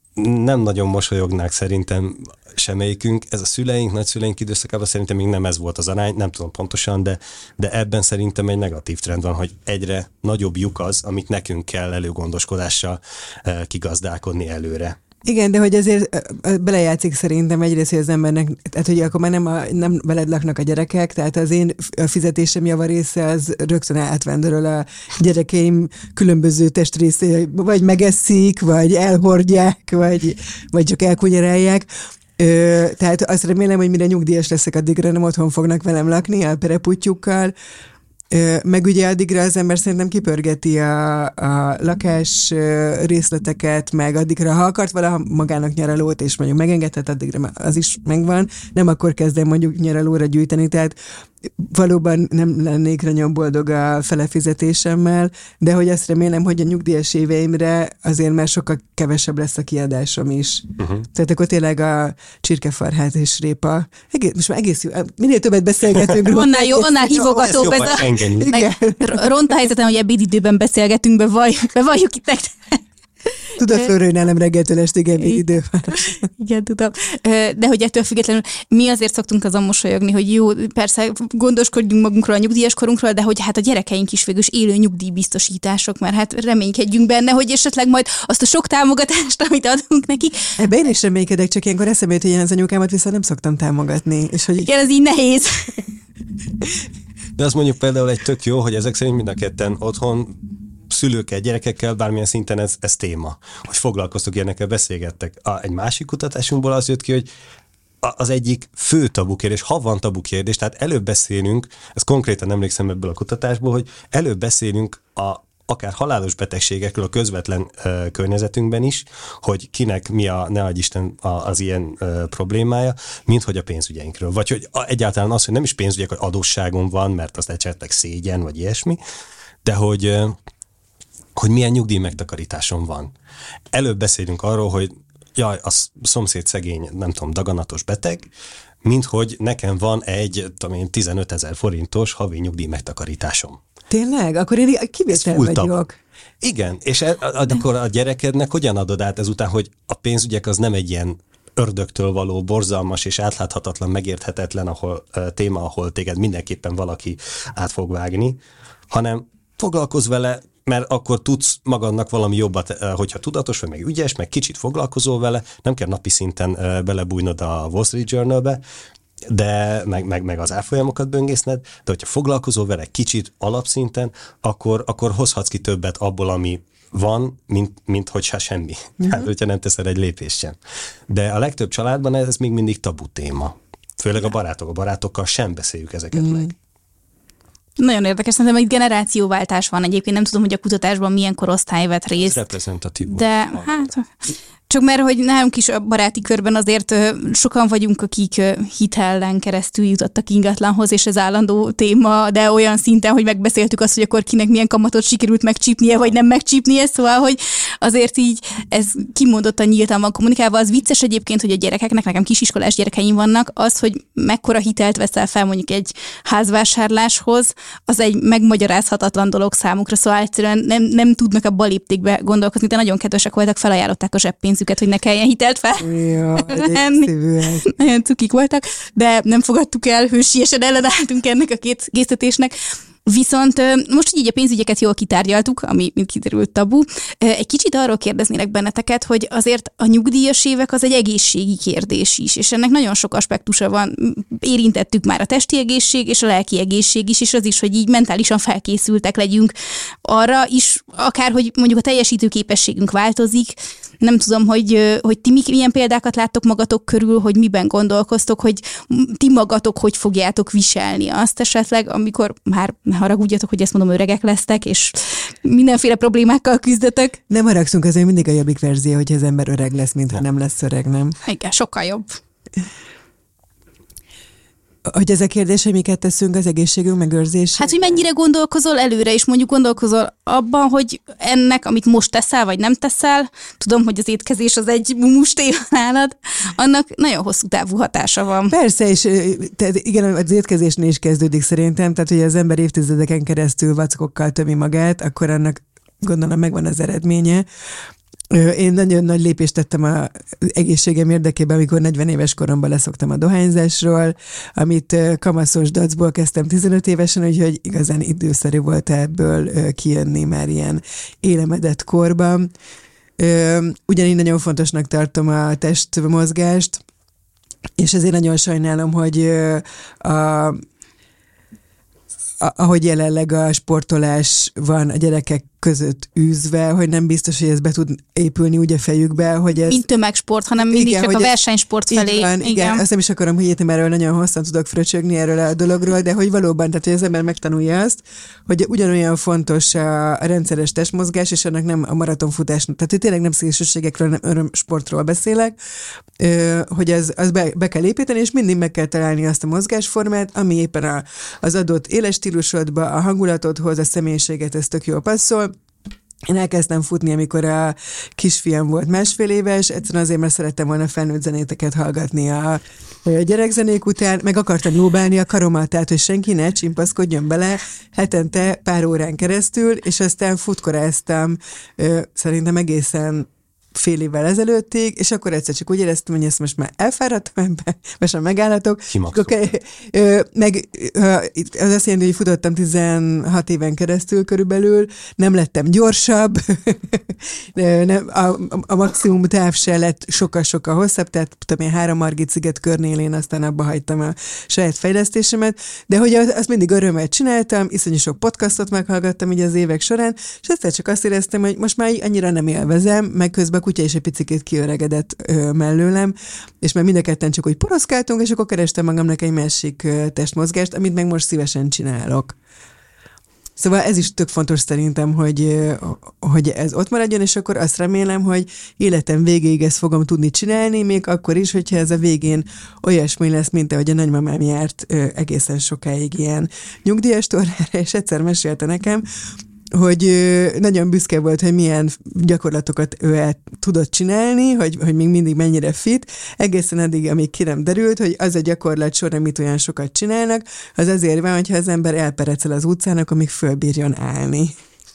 nem nagyon mosolyognák szerintem semmelyikünk. Ez a szüleink, nagyszüleink időszakában szerintem még nem ez volt az arány, nem tudom pontosan, de, de ebben szerintem egy negatív trend van, hogy egyre nagyobb lyuk az, amit nekünk kell előgondoskodással eh, kigazdálkodni előre. Igen, de hogy azért belejátszik szerintem egyrészt, hogy az embernek, tehát hogy akkor már nem, a, nem veled laknak a gyerekek, tehát az én fizetésem javarésze az rögtön átvándorol a gyerekeim különböző testrészé, vagy megeszik, vagy elhordják, vagy, vagy csak elkunyerálják. Ö, tehát azt remélem, hogy mire nyugdíjas leszek, addigra nem otthon fognak velem lakni, a pereputyukkal. Meg ugye addigra az ember szerintem kipörgeti a, a lakás részleteket, meg addigra, ha akart valaha magának nyaralót, és mondjuk megengedhet, addigra az is megvan, nem akkor kezdem mondjuk nyaralóra gyűjteni, tehát valóban nem lennék nagyon boldog a felefizetésemmel, de hogy azt remélem, hogy a nyugdíjas éveimre azért már sokkal kevesebb lesz a kiadásom is. Uh-huh. Tehát akkor tényleg a csirkefarhát és répa. Egész, most már egész jó, minél többet beszélgetünk. Annál jó, annál hívogatóbb ez a... Ront a helyzetem, hogy ebédidőben beszélgetünk, bevaj, bevalljuk itt nektek. Tudod, Flóra, hogy nálam reggeltől estig ebédidő van. Igen, tudom. De hogy ettől függetlenül mi azért szoktunk azon mosolyogni, hogy jó, persze gondoskodjunk magunkról, a nyugdíjas korunkról, de hogy hát a gyerekeink is végül élő nyugdíjbiztosítások, mert hát reménykedjünk benne, hogy esetleg majd azt a sok támogatást, amit adunk nekik. Ebben én is reménykedek, csak ilyenkor eszembe jut, hogy én az anyukámat viszont nem szoktam támogatni. És hogy... Igen, ez így nehéz. De azt mondjuk például egy tök jó, hogy ezek szerint mind a ketten otthon szülőkkel, gyerekekkel, bármilyen szinten ez, ez téma, hogy foglalkoztok ilyenekkel, beszélgettek. A, egy másik kutatásunkból az jött ki, hogy az egyik fő tabu kérdés, ha van tabu kérdés, tehát előbb beszélünk, ez konkrétan emlékszem ebből a kutatásból, hogy előbb beszélünk a akár halálos betegségekről a közvetlen ö, környezetünkben is, hogy kinek mi a, ne adj Isten, a, az ilyen ö, problémája, mint hogy a pénzügyeinkről. Vagy hogy a, egyáltalán az, hogy nem is pénzügyek, hogy adósságom van, mert azt esetleg szégyen, vagy ilyesmi, de hogy, ö, hogy milyen nyugdíj megtakarításom van. Előbb beszélünk arról, hogy jaj, a szomszéd szegény, nem tudom, daganatos beteg, mint hogy nekem van egy, tudom én, tizenötezer forintos havi nyugdíj megtakarításom. Tényleg? Akkor én kivétel vagyok. Igen, és e, akkor a gyerekednek hogyan adod át ezután, hogy a pénzügyek az nem egy ilyen ördögtől való, borzalmas és átláthatatlan, megérthetetlen ahol, uh, téma, ahol téged mindenképpen valaki át fog vágni, hanem foglalkozz vele, mert akkor tudsz magadnak valami jobbat, hogyha tudatos vagy, meg ügyes, meg kicsit foglalkozol vele, nem kell napi szinten uh, belebújnod a Wall Street Journalbe, de meg, meg, meg az árfolyamokat böngészned, de hogyha foglalkozol vele kicsit alapszinten, akkor, akkor hozhatsz ki többet abból, ami van, mint, mint hogyha semmi. Uh-huh. Hát, hogyha nem teszel egy lépést sem. De a legtöbb családban ez, ez még mindig tabu téma. Főleg a barátok. A barátokkal sem beszéljük ezeket uh-huh. meg. Nagyon érdekes, szerintem egy generációváltás van. Egyébként nem tudom, hogy a kutatásban milyen korosztály vett részt. Ez reprezentatív. De hát... Csak mert, hogy nálunk is a baráti körben azért sokan vagyunk, akik hitellen keresztül jutottak ingatlanhoz, és ez állandó téma, de olyan szinten, hogy megbeszéltük azt, hogy akkor kinek milyen kamatot sikerült megcsípnie, vagy nem megcsípnie, szóval, hogy azért így ez kimondottan nyíltan van kommunikálva. Az vicces egyébként, hogy a gyerekeknek, nekem kisiskolás gyerekeim vannak, az, hogy mekkora hitelt veszel fel mondjuk egy házvásárláshoz, az egy megmagyarázhatatlan dolog számukra, szóval egyszerűen nem, nem tudnak a baléptékbe gondolkozni, de nagyon kedvesek voltak, felajánlották a zseppénzüket, hogy ne kelljen hitelt felvenni. Nagyon cukik voltak, de nem fogadtuk el, hősiesen ellenálltunk ennek a két készítésnek. Viszont most, hogy így a pénzügyeket jól kitárgyaltuk, ami mint kiderült tabu, egy kicsit arról kérdeznélek benneteket, hogy azért a nyugdíjas évek az egy egészségi kérdés is, és ennek nagyon sok aspektusa van. Érintettük már a testi egészség és a lelki egészség is, és az is, hogy így mentálisan felkészültek legyünk arra is, akár, hogy mondjuk a teljesítő képességünk változik. Nem tudom, hogy, hogy ti milyen példákat láttok magatok körül, hogy miben gondolkoztok, hogy ti magatok hogy fogjátok viselni azt esetleg, amikor már ne haragudjatok, hogy ezt mondom, öregek lesztek, és mindenféle problémákkal küzdetek. Nem haragszunk, azért mindig a jobbik verzió, hogy az ember öreg lesz, mint ha nem lesz öreg, nem? Igen, sokkal jobb. Hogy ez a kérdés, hogy miket teszünk az egészségünk megőrzésére? Hát, hogy mennyire gondolkozol előre, és mondjuk gondolkozol abban, hogy ennek, amit most teszel, vagy nem teszel, tudom, hogy az étkezés az egy mumus téma nálad, annak nagyon hosszú távú hatása van. Persze, és tehát igen, az étkezésnél is kezdődik szerintem, tehát hogy az ember évtizedeken keresztül vackokkal tömi magát, akkor annak gondolom megvan az eredménye. Én nagyon nagy lépést tettem az egészségem érdekében, amikor negyven éves koromban leszoktam a dohányzásról, amit kamaszos dacból kezdtem tizenöt évesen, úgyhogy igazán időszerű volt ebből kijönni már ilyen élemedett korban. Ugyanígy nagyon fontosnak tartom a testmozgást, és ezért nagyon sajnálom, hogy a ahogy jelenleg a sportolás van a gyerekek között űzve, hogy nem biztos, hogy ez be tud épülni úgy a fejükbe, hogy ez... Mint tömegsport, hanem mindig igen, csak a versenysport felé. Igen, igen. igen, azt nem is akarom higgyetem, erről nagyon hosszan tudok fröcsögni erről a dologról, de hogy valóban, tehát hogy az ember megtanulja azt, hogy ugyanolyan fontos a, a rendszeres testmozgás, és annak nem a maratonfutás, tehát hogy tényleg nem szélsőségekről, nem örömsportról beszélek, hogy az, az be, be kell építeni, és mindig meg kell találni azt a mozgásformát, ami éppen a, az adott életstílusodba, a hangulatodhoz, a személyiséget, ez tök jól passzol. Én elkezdtem futni, amikor a kisfiam volt másfél éves, egyszerűen azért, mert szerettem volna felnőtt zenéteket hallgatni a gyerekzenék után, meg akartam jóbálni a karomat, tehát, hogy senki ne csimpaszkodjon bele hetente pár órán keresztül, és aztán futkoráztam szerintem egészen fél évvel ezelőttig, és akkor egyszer csak úgy éreztem, hogy ezt most már elfáradtam ebbe, most már megállatok. Okay. Meg az azt jelenti, hogy futottam tizenhat éven keresztül körülbelül, nem lettem gyorsabb, nem, a, a maximum táv se lett sokkal-sokkal hosszabb, tehát tudom én három Margit sziget körnél én aztán abba hagytam a saját fejlesztésemet, de hogy azt mindig örömmel csináltam, iszonyú sok podcastot meghallgattam így az évek során, és aztán csak azt éreztem, hogy most már annyira nem élvezem, meg közben a kutya is egy picikét kiöregedett ö, mellőlem, és már mind a ketten csak úgy poroszkáltunk, és akkor kerestem magamnak egy másik ö, testmozgást, amit meg most szívesen csinálok. Szóval ez is tök fontos szerintem, hogy, ö, hogy ez ott maradjon, és akkor azt remélem, hogy életem végéig ezt fogom tudni csinálni, még akkor is, hogyha ez a végén olyasmi lesz, mint ahogy a nagymamám járt ö, egészen sokáig ilyen nyugdíjas tornára, és egyszer mesélte nekem, hogy nagyon büszke volt, hogy milyen gyakorlatokat ő el tudott csinálni, hogy, hogy még mindig mennyire fit, egészen addig, amíg ki nem derült, hogy az a gyakorlat sor, amit olyan sokat csinálnak, az azért van, hogyha az ember elperecel az utcának, amíg fölbírjon állni.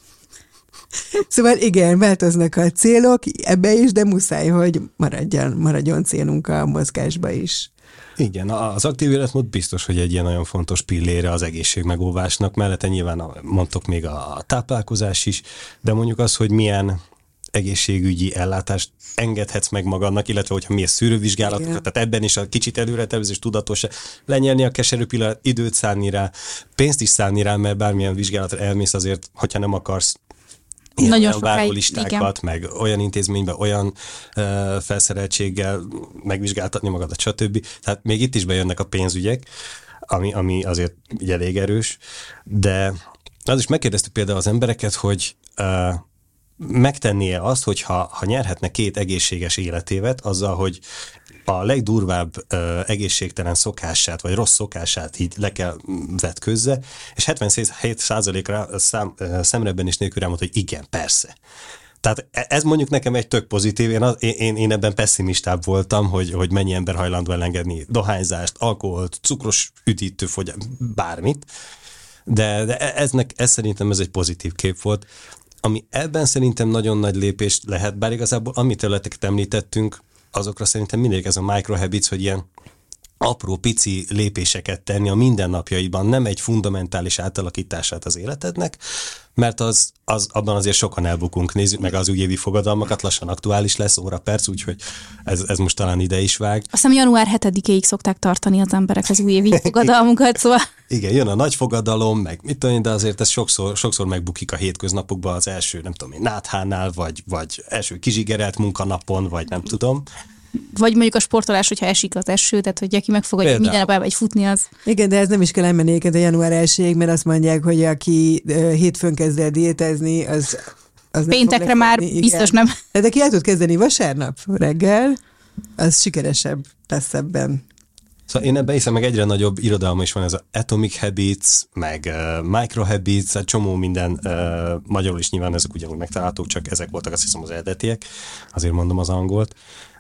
Szóval igen, változnak a célok ebbe is, de muszáj, hogy maradjon, maradjon célunk a mozgásba is. Igen, az aktív életmód biztos, hogy egy ilyen nagyon fontos pillére az egészségmegóvásnak, mellette nyilván mondtok még a táplálkozás is, de mondjuk az, hogy milyen egészségügyi ellátást engedhetsz meg magadnak, illetve hogyha milyen szűrővizsgálatokat, igen. Tehát ebben is a kicsit előretervezés tudatos, lenyelni a keserű pillanat, időt szánni rá, pénzt is szánni rá, mert bármilyen vizsgálatra elmész azért, hogyha nem akarsz ilyen nagyon olyan várólistákat, meg olyan intézményben, olyan uh, felszereltséggel megvizsgáltatni magadat, stb. Tehát még itt is bejönnek a pénzügyek, ami, ami azért így elég erős, de az is megkérdeztük például az embereket, hogy uh, megtennie azt, hogyha ha nyerhetne két egészséges életévet, azzal, hogy a legdurvább ö, egészségtelen szokását, vagy rossz szokását így le kell vetközze, és hetvenhét százalékra szám, szemrebben is nélkül rámond, hogy igen, persze. Tehát ez mondjuk nekem egy tök pozitív, én, az, én, én ebben pessimistább voltam, hogy, hogy mennyi ember hajlandó elengedni dohányzást, alkoholt, cukros üdítő fogyás, bármit, de, de eznek, ez szerintem ez egy pozitív kép volt. Ami ebben szerintem nagyon nagy lépés lehet, bár igazából amit területeket említettünk, azokra szerintem mindig ez a microhabits, hogy ilyen apró, pici lépéseket tenni a mindennapjaiban, nem egy fundamentális átalakítását az életednek, mert az, az abban azért sokan elbukunk. Nézzük meg az újévi fogadalmakat, lassan aktuális lesz, óra, perc, úgyhogy ez, ez most talán ide is vág. Azt hiszem január hetedikéig szokták tartani az emberek az újévi fogadalmukat, szóval... Igen, jön a nagy fogadalom, meg mit tudom én, de azért ez sokszor, sokszor megbukik a hétköznapokban az első, nem tudom én, náthánál, vagy, vagy első kizsigerelt munkanapon, vagy nem tudom. Vagy mondjuk a sportolás, hogyha esik az eső, tehát hogy aki megfogadja, hogy minden nap elmegy futni, az... Igen, de ez nem is kell elmenni egyébként a január elsejéig, mert azt mondják, hogy aki hétfőn kezd el diétázni, az... az péntekre már igen. Biztos nem. De aki el tud kezdeni vasárnap reggel, az sikeresebb lesz ebben. Szóval én ebben hiszem, meg egyre nagyobb irodalma is van, ez az Atomic Habits, meg uh, Micro Habits, egy csomó minden, uh, magyarul is nyilván ezek ugyanúgy megtalálhatók, csak ezek voltak azt hiszem az eredetiek, azért mondom az angolt.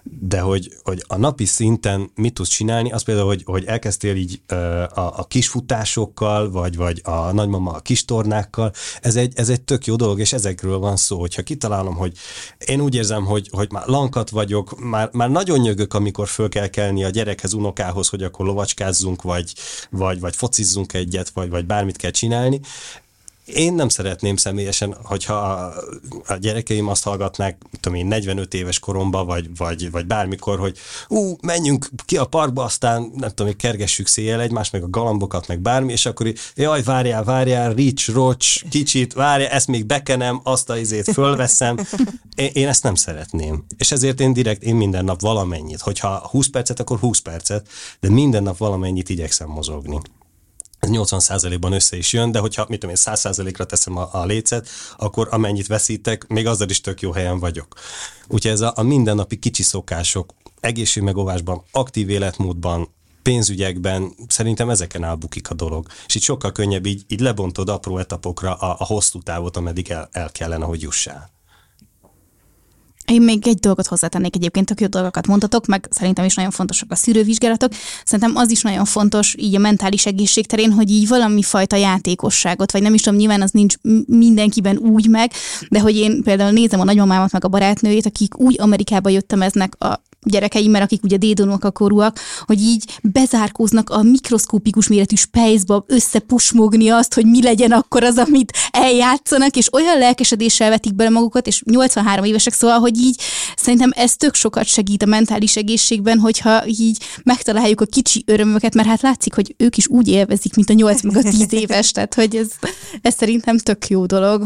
de hogy, hogy a napi szinten mit tudsz csinálni, az például, hogy, hogy elkezdtél így a, a kisfutásokkal, vagy, vagy a nagymama a kistornákkal, ez egy, ez egy tök jó dolog, és ezekről van szó, hogyha kitalálom, hogy én úgy érzem, hogy, hogy már lankat vagyok, már, már nagyon nyögök, amikor föl kell kelni a gyerekhez, unokához, hogy akkor lovacskázzunk, vagy, vagy, vagy focizzunk egyet, vagy, vagy bármit kell csinálni. Én nem szeretném személyesen, hogyha a, a gyerekeim azt hallgatnák, tudom én, negyvenöt éves koromban, vagy, vagy, vagy bármikor, hogy ú, menjünk ki a parkba, aztán nem tudom, hogy kergessük széjjel egymást, meg a galambokat, meg bármi, és akkor így, jaj, várjál, várjál, rics, rocs, kicsit, várjál, ezt még bekenem, azt a izét fölveszem. Én, én ezt nem szeretném. És ezért én direkt, én minden nap valamennyit, hogyha húsz percet, akkor húsz percet, de minden nap valamennyit igyekszem mozogni. nyolcvan százalékban össze is jön, de hogyha mit tudom én, száz százalékra teszem a, a lécet, akkor amennyit veszítek, még azzal is tök jó helyen vagyok. Úgyhogy ez a, a mindennapi kicsi szokások, egészségmegóvásban, aktív életmódban, pénzügyekben, szerintem ezeken elbukik a dolog. És így sokkal könnyebb, így, így lebontod apró etapokra a, a hosszú távot, ameddig el, el kellene, hogy jussál. Én még egy dolgot hozzátennék, egyébként tök jó dolgokat mondtatok, meg szerintem is nagyon fontosak a szűrővizsgálatok. Szerintem az is nagyon fontos így a mentális egészség terén, hogy így valami fajta játékosságot, vagy nem is tudom, nyilván az nincs mindenkiben úgy meg, de hogy én például nézem a nagymamámat, meg a barátnőjét, akik úgy Amerikába jöttemeznek a gyerekeimmel, akik ugye dédonok korúak, hogy így bezárkóznak a mikroszkópikus méretű spejzba összepusmogni azt, hogy mi legyen akkor az, amit eljátszanak, és olyan lelkesedéssel vetik bele magukat, és nyolcvanhárom évesek, szóval, hogy így szerintem ez tök sokat segít a mentális egészségben, hogyha így megtaláljuk a kicsi örömöket, mert hát látszik, hogy ők is úgy élvezik, mint a nyolc meg a tíz éves, tehát hogy ez, ez szerintem tök jó dolog.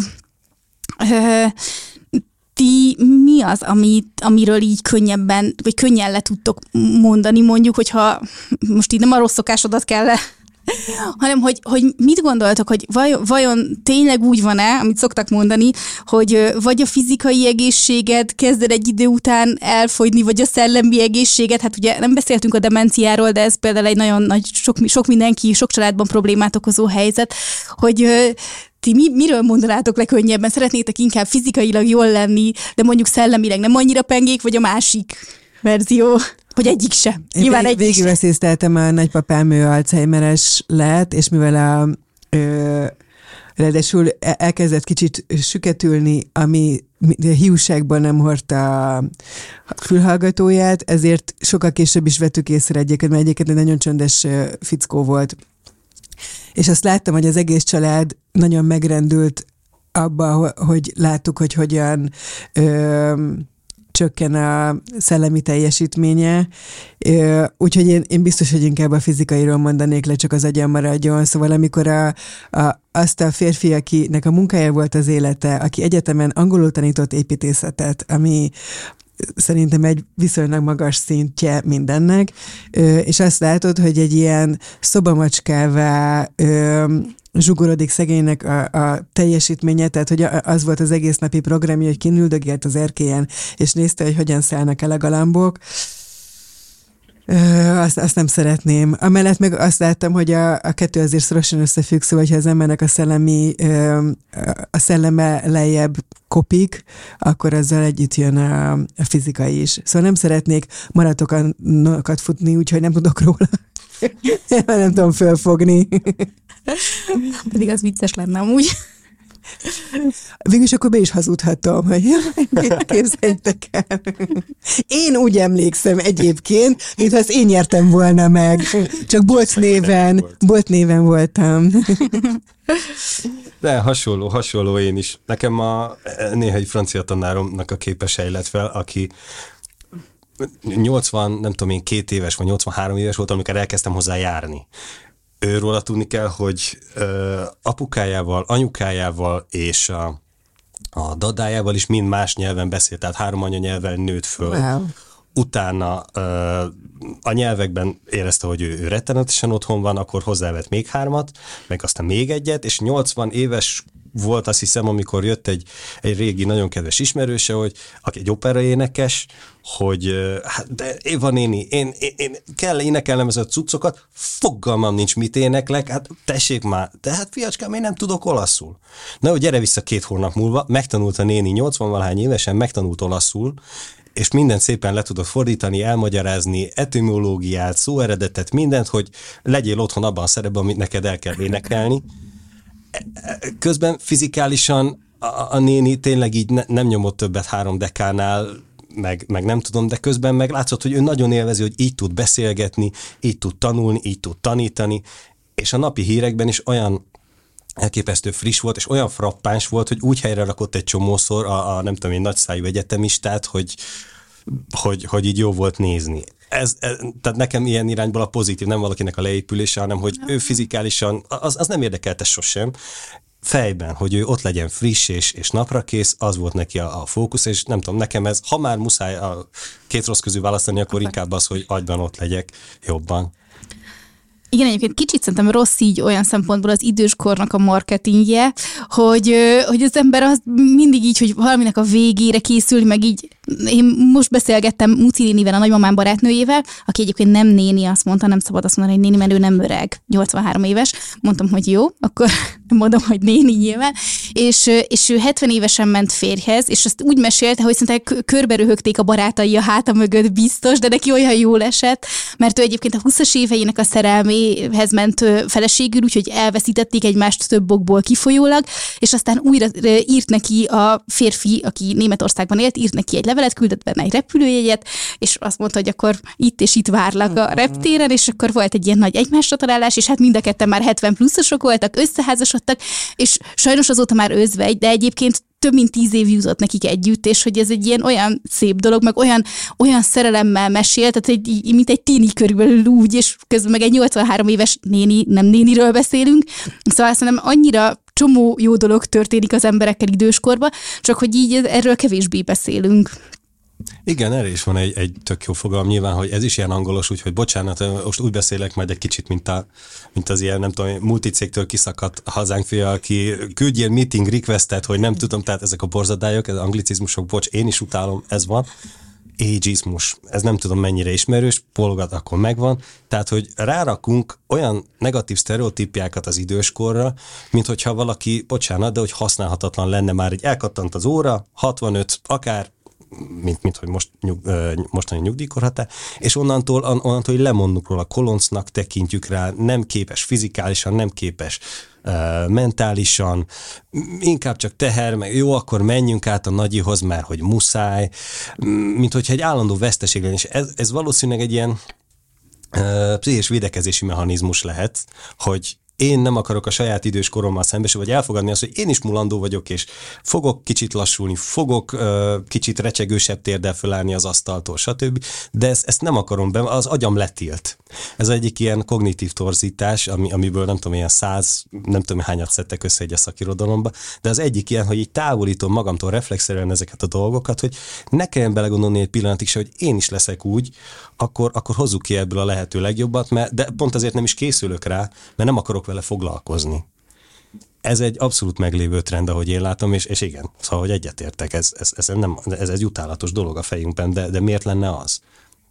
Ti mi az, amit, amiről így könnyebben, vagy könnyen le tudtok mondani, mondjuk, hogyha most így nem a rossz szokásodat kell le, hanem hogy, hogy mit gondoltok, hogy vajon, vajon tényleg úgy van-e, amit szoktak mondani, hogy vagy a fizikai egészséged kezded egy idő után elfogyni, vagy a szellemi egészséged, hát ugye nem beszéltünk a demenciáról, de ez például egy nagyon nagy, sok, sok mindenki, sok családban problémát okozó helyzet, hogy ti mi, miről mondanátok le könnyebben? Szeretnétek inkább fizikailag jól lenni, de mondjuk szellemileg nem annyira pengék, vagy a másik verzió? Vagy egyik se. Nyilván Vég, egyik végigveszélyezteltem, a nagypapám, ő Alzheimeres lett, és mivel a, ö, ráadásul elkezdett kicsit süketülni, ami hiúságban nem hordta a fülhallgatóját, ezért sokkal később is vettük észre egyébként, mert egyébként egy nagyon csöndes fickó volt. És azt láttam, hogy az egész család nagyon megrendült abba, hogy láttuk, hogy hogyan ö, csökken a szellemi teljesítménye. Ö, úgyhogy én, én biztos, hogy inkább a fizikairól mondanék le, csak az agyam maradjon. Szóval amikor a, a, azt a férfi, akinek a munkája volt az élete, aki egyetemen angolul tanított építészetet, ami szerintem egy viszonylag magas szintje mindennek, és azt látod, hogy egy ilyen szobamacskává zsugorodik szegénynek a, a teljesítménye, tehát hogy az volt az egész napi programja, hogy kinüldögélt az erkélyen, és nézte, hogy hogyan szállnak el a galambok. Azt, azt nem szeretném. Amellett meg azt láttam, hogy a, a kettő azért szorosan összefügg, szóval, hogyha az embernek a szellemi, a szelleme lejjebb kopik, akkor ezzel együtt jön a, a fizikai is. Szóval nem szeretnék maratokat futni, úgyhogy nem tudok róla. Nem tudom fölfogni. Pedig az vicces lenne amúgy. Végülis akkor be is hazudhatom, hogy képzeljétek el. Én úgy emlékszem egyébként, mintha azt én nyertem volna meg. Csak Bolt néven, Bolt néven voltam. De hasonló, hasonló én is. Nekem a néha egy francia tanáromnak a képesei lett fel, aki nyolcvan, nem tudom én, két éves vagy nyolcvanhárom éves volt, amikor elkezdtem hozzá járni. Őróla tudni kell, hogy ö, apukájával, anyukájával és a, a dadájával is mind más nyelven beszélt, tehát három anyanyelven nőtt föl. Wow. Utána ö, a nyelvekben érezte, hogy ő, ő rettenetesen otthon van, akkor hozzávett még hármat, meg aztán még egyet, és nyolcvan éves volt, azt hiszem, amikor jött egy, egy régi, nagyon kedves ismerőse, hogy aki egy operaénekes, hogy hát de Éva néni, én, én, én kell énekelnem ezeket a cuccokat, fogalmam nincs, mit éneklek, hát tessék már, de hát fiacskám, én nem tudok olaszul. Na, hogy gyere vissza két hónap múlva, megtanult a néni nyolcvan valahány évesen, megtanult olaszul, és mindent szépen le tudod fordítani, elmagyarázni, etimológiát, szóeredetet, mindent, hogy legyél otthon abban a szerepben, amit neked el kell énekelni. Közben fizikálisan a, a néni tényleg így ne, nem nyomott többet három dekánál, meg, meg nem tudom, de közben meg látszott, hogy ő nagyon élvezi, hogy így tud beszélgetni, így tud tanulni, így tud tanítani, és a napi hírekben is olyan elképesztő friss volt, és olyan frappáns volt, hogy úgy helyre rakott egy csomószor a, a nem tudom én, nagyszájú egyetemistát, hogy, hogy, hogy így jó volt nézni. Ez, ez, tehát nekem ilyen irányból a pozitív, nem valakinek a leépülése, hanem hogy ő fizikálisan, az, az nem érdekelte sosem, fejben, hogy ő ott legyen friss és, és naprakész, az volt neki a, a fókusz, és nem tudom, nekem ez, ha már muszáj a két rossz közül választani, akkor inkább az, hogy agyban ott legyek jobban. Igen, egyébként kicsit szerintem rossz így olyan szempontból az időskornak a marketingje, hogy, hogy az ember az mindig így, hogy valaminek a végére készül, meg így, én most beszélgettem Muci nénivel, a nagymamám barátnőjével, aki egyébként nem néni, azt mondta, nem szabad azt mondani, hogy néni, mert ő nem öreg, nyolcvanhárom éves. Mondtam, hogy jó, akkor mondom, hogy néni nyilván. És, és ő hetven évesen ment férjhez, és azt úgy mesélte, hogy szerintem körbe röhögték a barátai a háta mögött biztos, de neki olyan jól esett, mert ő egyébként a huszas éveinek a szerelméhez ment feleségül, úgyhogy elveszítették egymást több okból kifolyólag, és aztán újra írt neki a férfi, aki Németországban élt, írt neki egy levelet, küldött benne egy repülőjegyet, és azt mondta, hogy akkor itt és itt várlak a reptéren, és akkor volt egy ilyen nagy egymásra találás, és hát mind a ketten már hetven pluszosok voltak, összeházasodtak, és sajnos azóta már özvegy, de egyébként több mint tíz év jutott nekik együtt, és hogy ez egy ilyen olyan szép dolog, meg olyan, olyan szerelemmel mesél, tehát egy, mint egy téni körülbelül úgy, és közben meg egy nyolcvanhárom éves néni, nem néniről beszélünk, szóval szerintem annyira csomó jó dolog történik az emberekkel időskorban, csak hogy így erről kevésbé beszélünk. Igen, erre is van egy, egy tök jó fogalom nyilván, hogy ez is ilyen angolos, úgyhogy bocsánat, most úgy beszélek majd egy kicsit, mint, a, mint az ilyen, nem tudom, multicégtől kiszakadt hazánk fia, aki küldjél meeting requestet, hogy nem tudom, tehát ezek a borzadályok, ez anglicizmusok, bocs, én is utálom, ez van. Ageizmus, ez nem tudom mennyire ismerős, bologat akkor megvan, tehát hogy rárakunk olyan negatív sztereotípiákat az időskorra, mint hogyha valaki, bocsánat, de hogy használhatatlan lenne már, így elkattant az óra, hatvanöt, akár mint, mint hogy most nyug, mostani nyugdíjkorhatár, és onnantól, onnantól, hogy lemondunk róla, koloncnak tekintjük rá, nem képes fizikálisan, nem képes uh, mentálisan, inkább csak teher, meg jó, akkor menjünk át a nagyihoz, mert hogy muszáj, mint hogyha egy állandó veszteség lenne, és ez, ez valószínűleg egy ilyen uh, pszichés védekezési mechanizmus lehet, hogy én nem akarok a saját idős korommal szembesülni, vagy elfogadni azt, hogy én is mulandó vagyok, és fogok kicsit lassulni, fogok uh, kicsit recsegősebb térdel fölállni az asztaltól, stb. De ezt, ezt nem akarom be, az agyam letilt. Ez egyik ilyen kognitív torzítás, ami, amiből nem tudom, ilyen száz, nem tudom, hányat szedtek össze egy a szakirodalomba, de az egyik ilyen, hogy így távolítom magamtól reflexzerűen ezeket a dolgokat, hogy ne kelljen belegondolni egy pillanatig se, hogy én is leszek úgy, akkor, akkor hozzuk ki ebből a lehető legjobbat, mert, de pont azért nem is készülök rá, mert nem akarok vele foglalkozni. Ez egy abszolút meglévő trend, ahogy én látom, és, és igen, szóval, hogy egyetértek, ez, ez, ez, nem, ez egy utálatos dolog a fejünkben, de, de miért lenne az?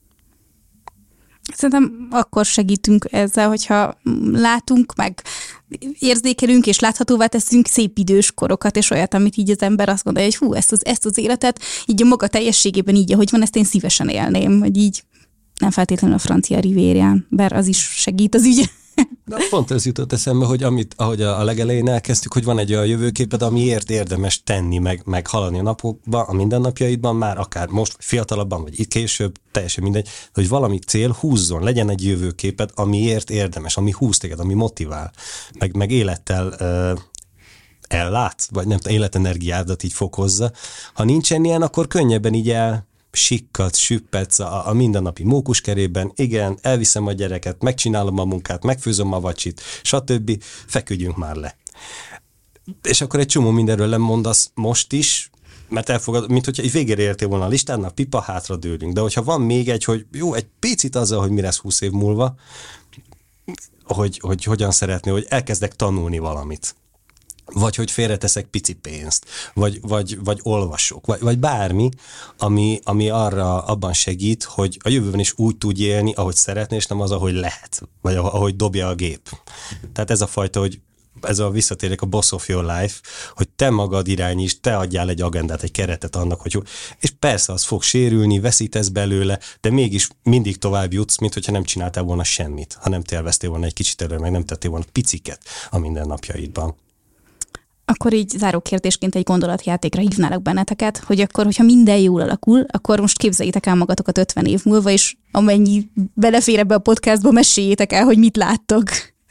Szerintem akkor segítünk ezzel, hogyha látunk, meg érzékelünk, és láthatóvá teszünk szép idős korokat, és olyat, amit így az ember azt gondolja, hogy hú, ezt az, ezt az életet, így a maga teljességében így, ahogy van, ezt én szívesen élném, hogy így nem feltétlenül a francia rivérján, bár az is segít az ügy. Na, pont ez jutott eszembe, hogy amit, ahogy a legelején elkezdtük, hogy van egy olyan jövőképed, amiért érdemes tenni, meg, meg haladni a napokban, a mindennapjaidban, már akár most, vagy fiatalabban, vagy itt később, teljesen mindegy, hogy valami cél húzzon, legyen egy jövőképed, amiért érdemes, ami húz téged, ami motivál, meg, meg élettel uh, ellát, vagy nem tudom, életenergiádat így fokozza. Ha nincsen ilyen, akkor könnyebben így el sikkat, süppetsz a, a mindennapi mókuskerében, igen, elviszem a gyereket, megcsinálom a munkát, megfőzöm a vacsit, stb. Feküdjünk már le. És akkor egy csomó mindenről lemondasz most is, mert elfogad, mint hogyha egy végére értél volna a listádnak, pipa, hátra dőlünk. De hogyha van még egy, hogy jó, egy picit azzal, hogy mi lesz húsz év múlva, hogy, hogy hogyan szeretné, hogy elkezdek tanulni valamit. Vagy hogy félreteszek pici pénzt, vagy, vagy, vagy olvasok, vagy, vagy bármi, ami, ami arra abban segít, hogy a jövőben is úgy tudj élni, ahogy szeretné, és nem az, ahogy lehet, vagy ahogy dobja a gép. Tehát ez a fajta, hogy ez a visszatérek a boss of your life, hogy te magad irányíts, te adjál egy agendát, egy keretet annak, hogy jó. És persze az fog sérülni, veszítesz belőle, de mégis mindig tovább jutsz, mint hogyha nem csináltál volna semmit, ha nem terveztél volna egy kicsit elő, meg nem tettél volna piciket a mindennapjaidban. Akkor így záró kérdésként egy gondolatjátékra hívnálak benneteket, hogy akkor, hogyha minden jól alakul, akkor most képzeljétek el magatokat ötven év múlva, és amennyi belefér ebbe a podcastba, meséljétek el, hogy mit láttok.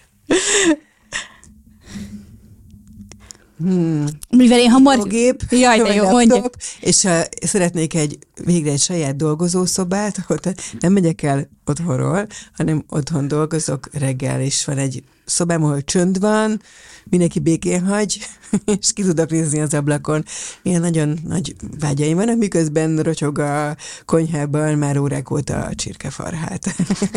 Hmm. Mivel én hamar... Gép, Jaj, de jó, mondja. És ha szeretnék egy végre egy saját dolgozószobát, akkor nem megyek el otthonról, hanem otthon dolgozok reggel, és van egy szobám, ahol csönd van, mindenki békén hagy, és ki tudok nézni az ablakon. Ilyen nagyon nagy vágyaim vannak, miközben rotyog a konyhában már órák óta a csirkefarhát.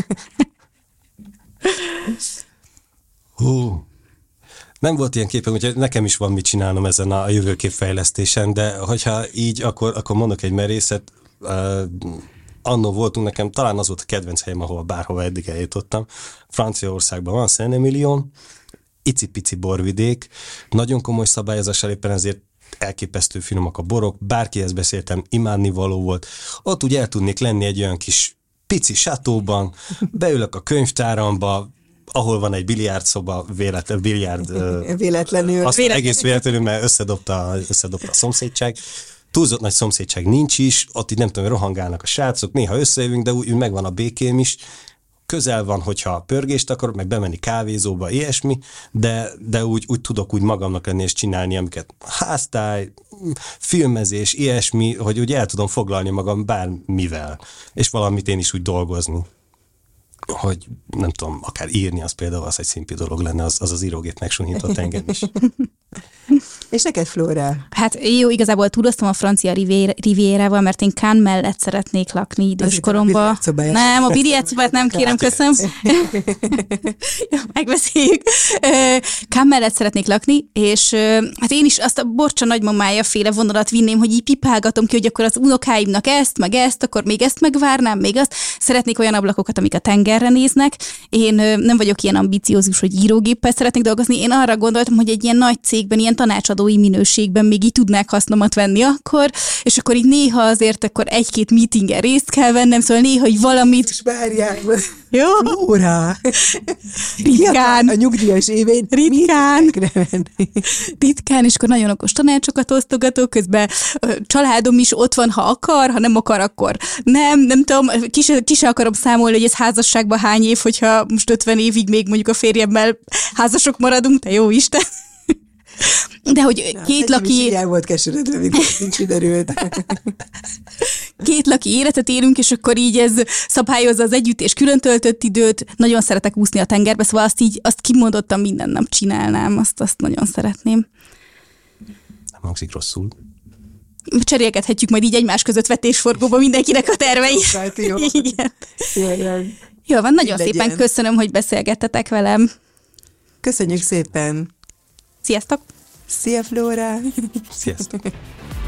Hú. Nem volt ilyen képem, úgyhogy nekem is van mit csinálnom ezen a jövőkép fejlesztésen, de hogyha így, akkor, akkor mondok egy merészet. Uh, annó voltunk, nekem talán az volt a kedvenc helyem, ahol bárhova eddig eljutottam. Franciaországban van Seine-et-Marne, icipici borvidék, nagyon komoly szabályozással, éppen ezért elképesztő finomak a borok, bárkihez beszéltem, imádnivaló volt. Ott úgy el tudnék lenni egy olyan kis pici sátóban, beülök a könyvtáramba, ahol van egy biliárdszoba, véletlen, biliárd... Véletlenül. Azt véletlenül. Egész véletlenül, mert összedobta, összedobta a szomszédság. Túlzott nagy szomszédság nincs is, ott így nem tudom, rohangálnak a srácok, néha összejövünk, de úgy megvan a békém is. Közel van, hogyha pörgést akarok, meg bemenni kávézóba, ilyesmi, de, de úgy, úgy tudok úgy magamnak lenni és csinálni, amiket háztály, filmezés, ilyesmi, hogy úgy el tudom foglalni magam bármivel, és valamit én is úgy dolgozni. Hogy nem tudom, akár írni, az például az egy szimpi dolog lenne, az az, az írógép megsunyított engem is. És neked, Flóra? Hát jó, igazából túloztam a francia rivierával, mert én Cannes mellett szeretnék lakni időskoromban. Nem, a biliárdszobát nem kérem, köszönöm. Megbeszéljük. Cannes mellett szeretnék lakni, és hát én is azt a Borcsa nagymamája féle vonalat vinném, hogy így pipálgatom ki, hogy akkor az unokáimnak ezt, meg ezt, akkor még ezt megvárnám, még azt. Szeretnék olyan ablakokat, amik a tengerre néznek. Én nem vagyok ilyen ambiciózus, hogy írógéppel szeretnék dolgozni. Én arra gondoltam, hogy egy ilyen nagy cégben, ilyen tanácsadói minőségben még így tudnák hasznomat venni akkor, és akkor így néha azért akkor egy-két meetingen részt kell vennem, szóval néha, hogy valamit... És várjál! Jó? Flóra! Ritkán! A nyugdíjas évén Ritkán! Ritkán, és akkor nagyon okos tanácsokat osztogatok, közben családom is ott van, ha akar, ha nem akar, akkor nem, nem tudom, ki se, ki se akarom számolni, hogy ez házasságban hány év, hogyha most ötven évig még mondjuk a férjemmel házasok maradunk, te jó Isten! De hogy Na, két laki... El volt keseredve, amikor nincs kiderült. Két laki életet élünk, és akkor így ez szabályozza az együtt és külön töltött időt. Nagyon szeretek úszni a tengerbe, szóval azt így, azt kimondottan minden nap csinálnám, azt, azt nagyon szeretném. Nem hangzik rosszul. Cserélgethetjük majd így egymás között vetésforgóba mindenkinek a tervei. Jó. Igen. Jaj, Jó van, nagyon szépen legyen. Köszönöm, hogy beszélgettetek velem. Köszönjük szépen. Sziasztok! Szia, Flóra! Sziasztok!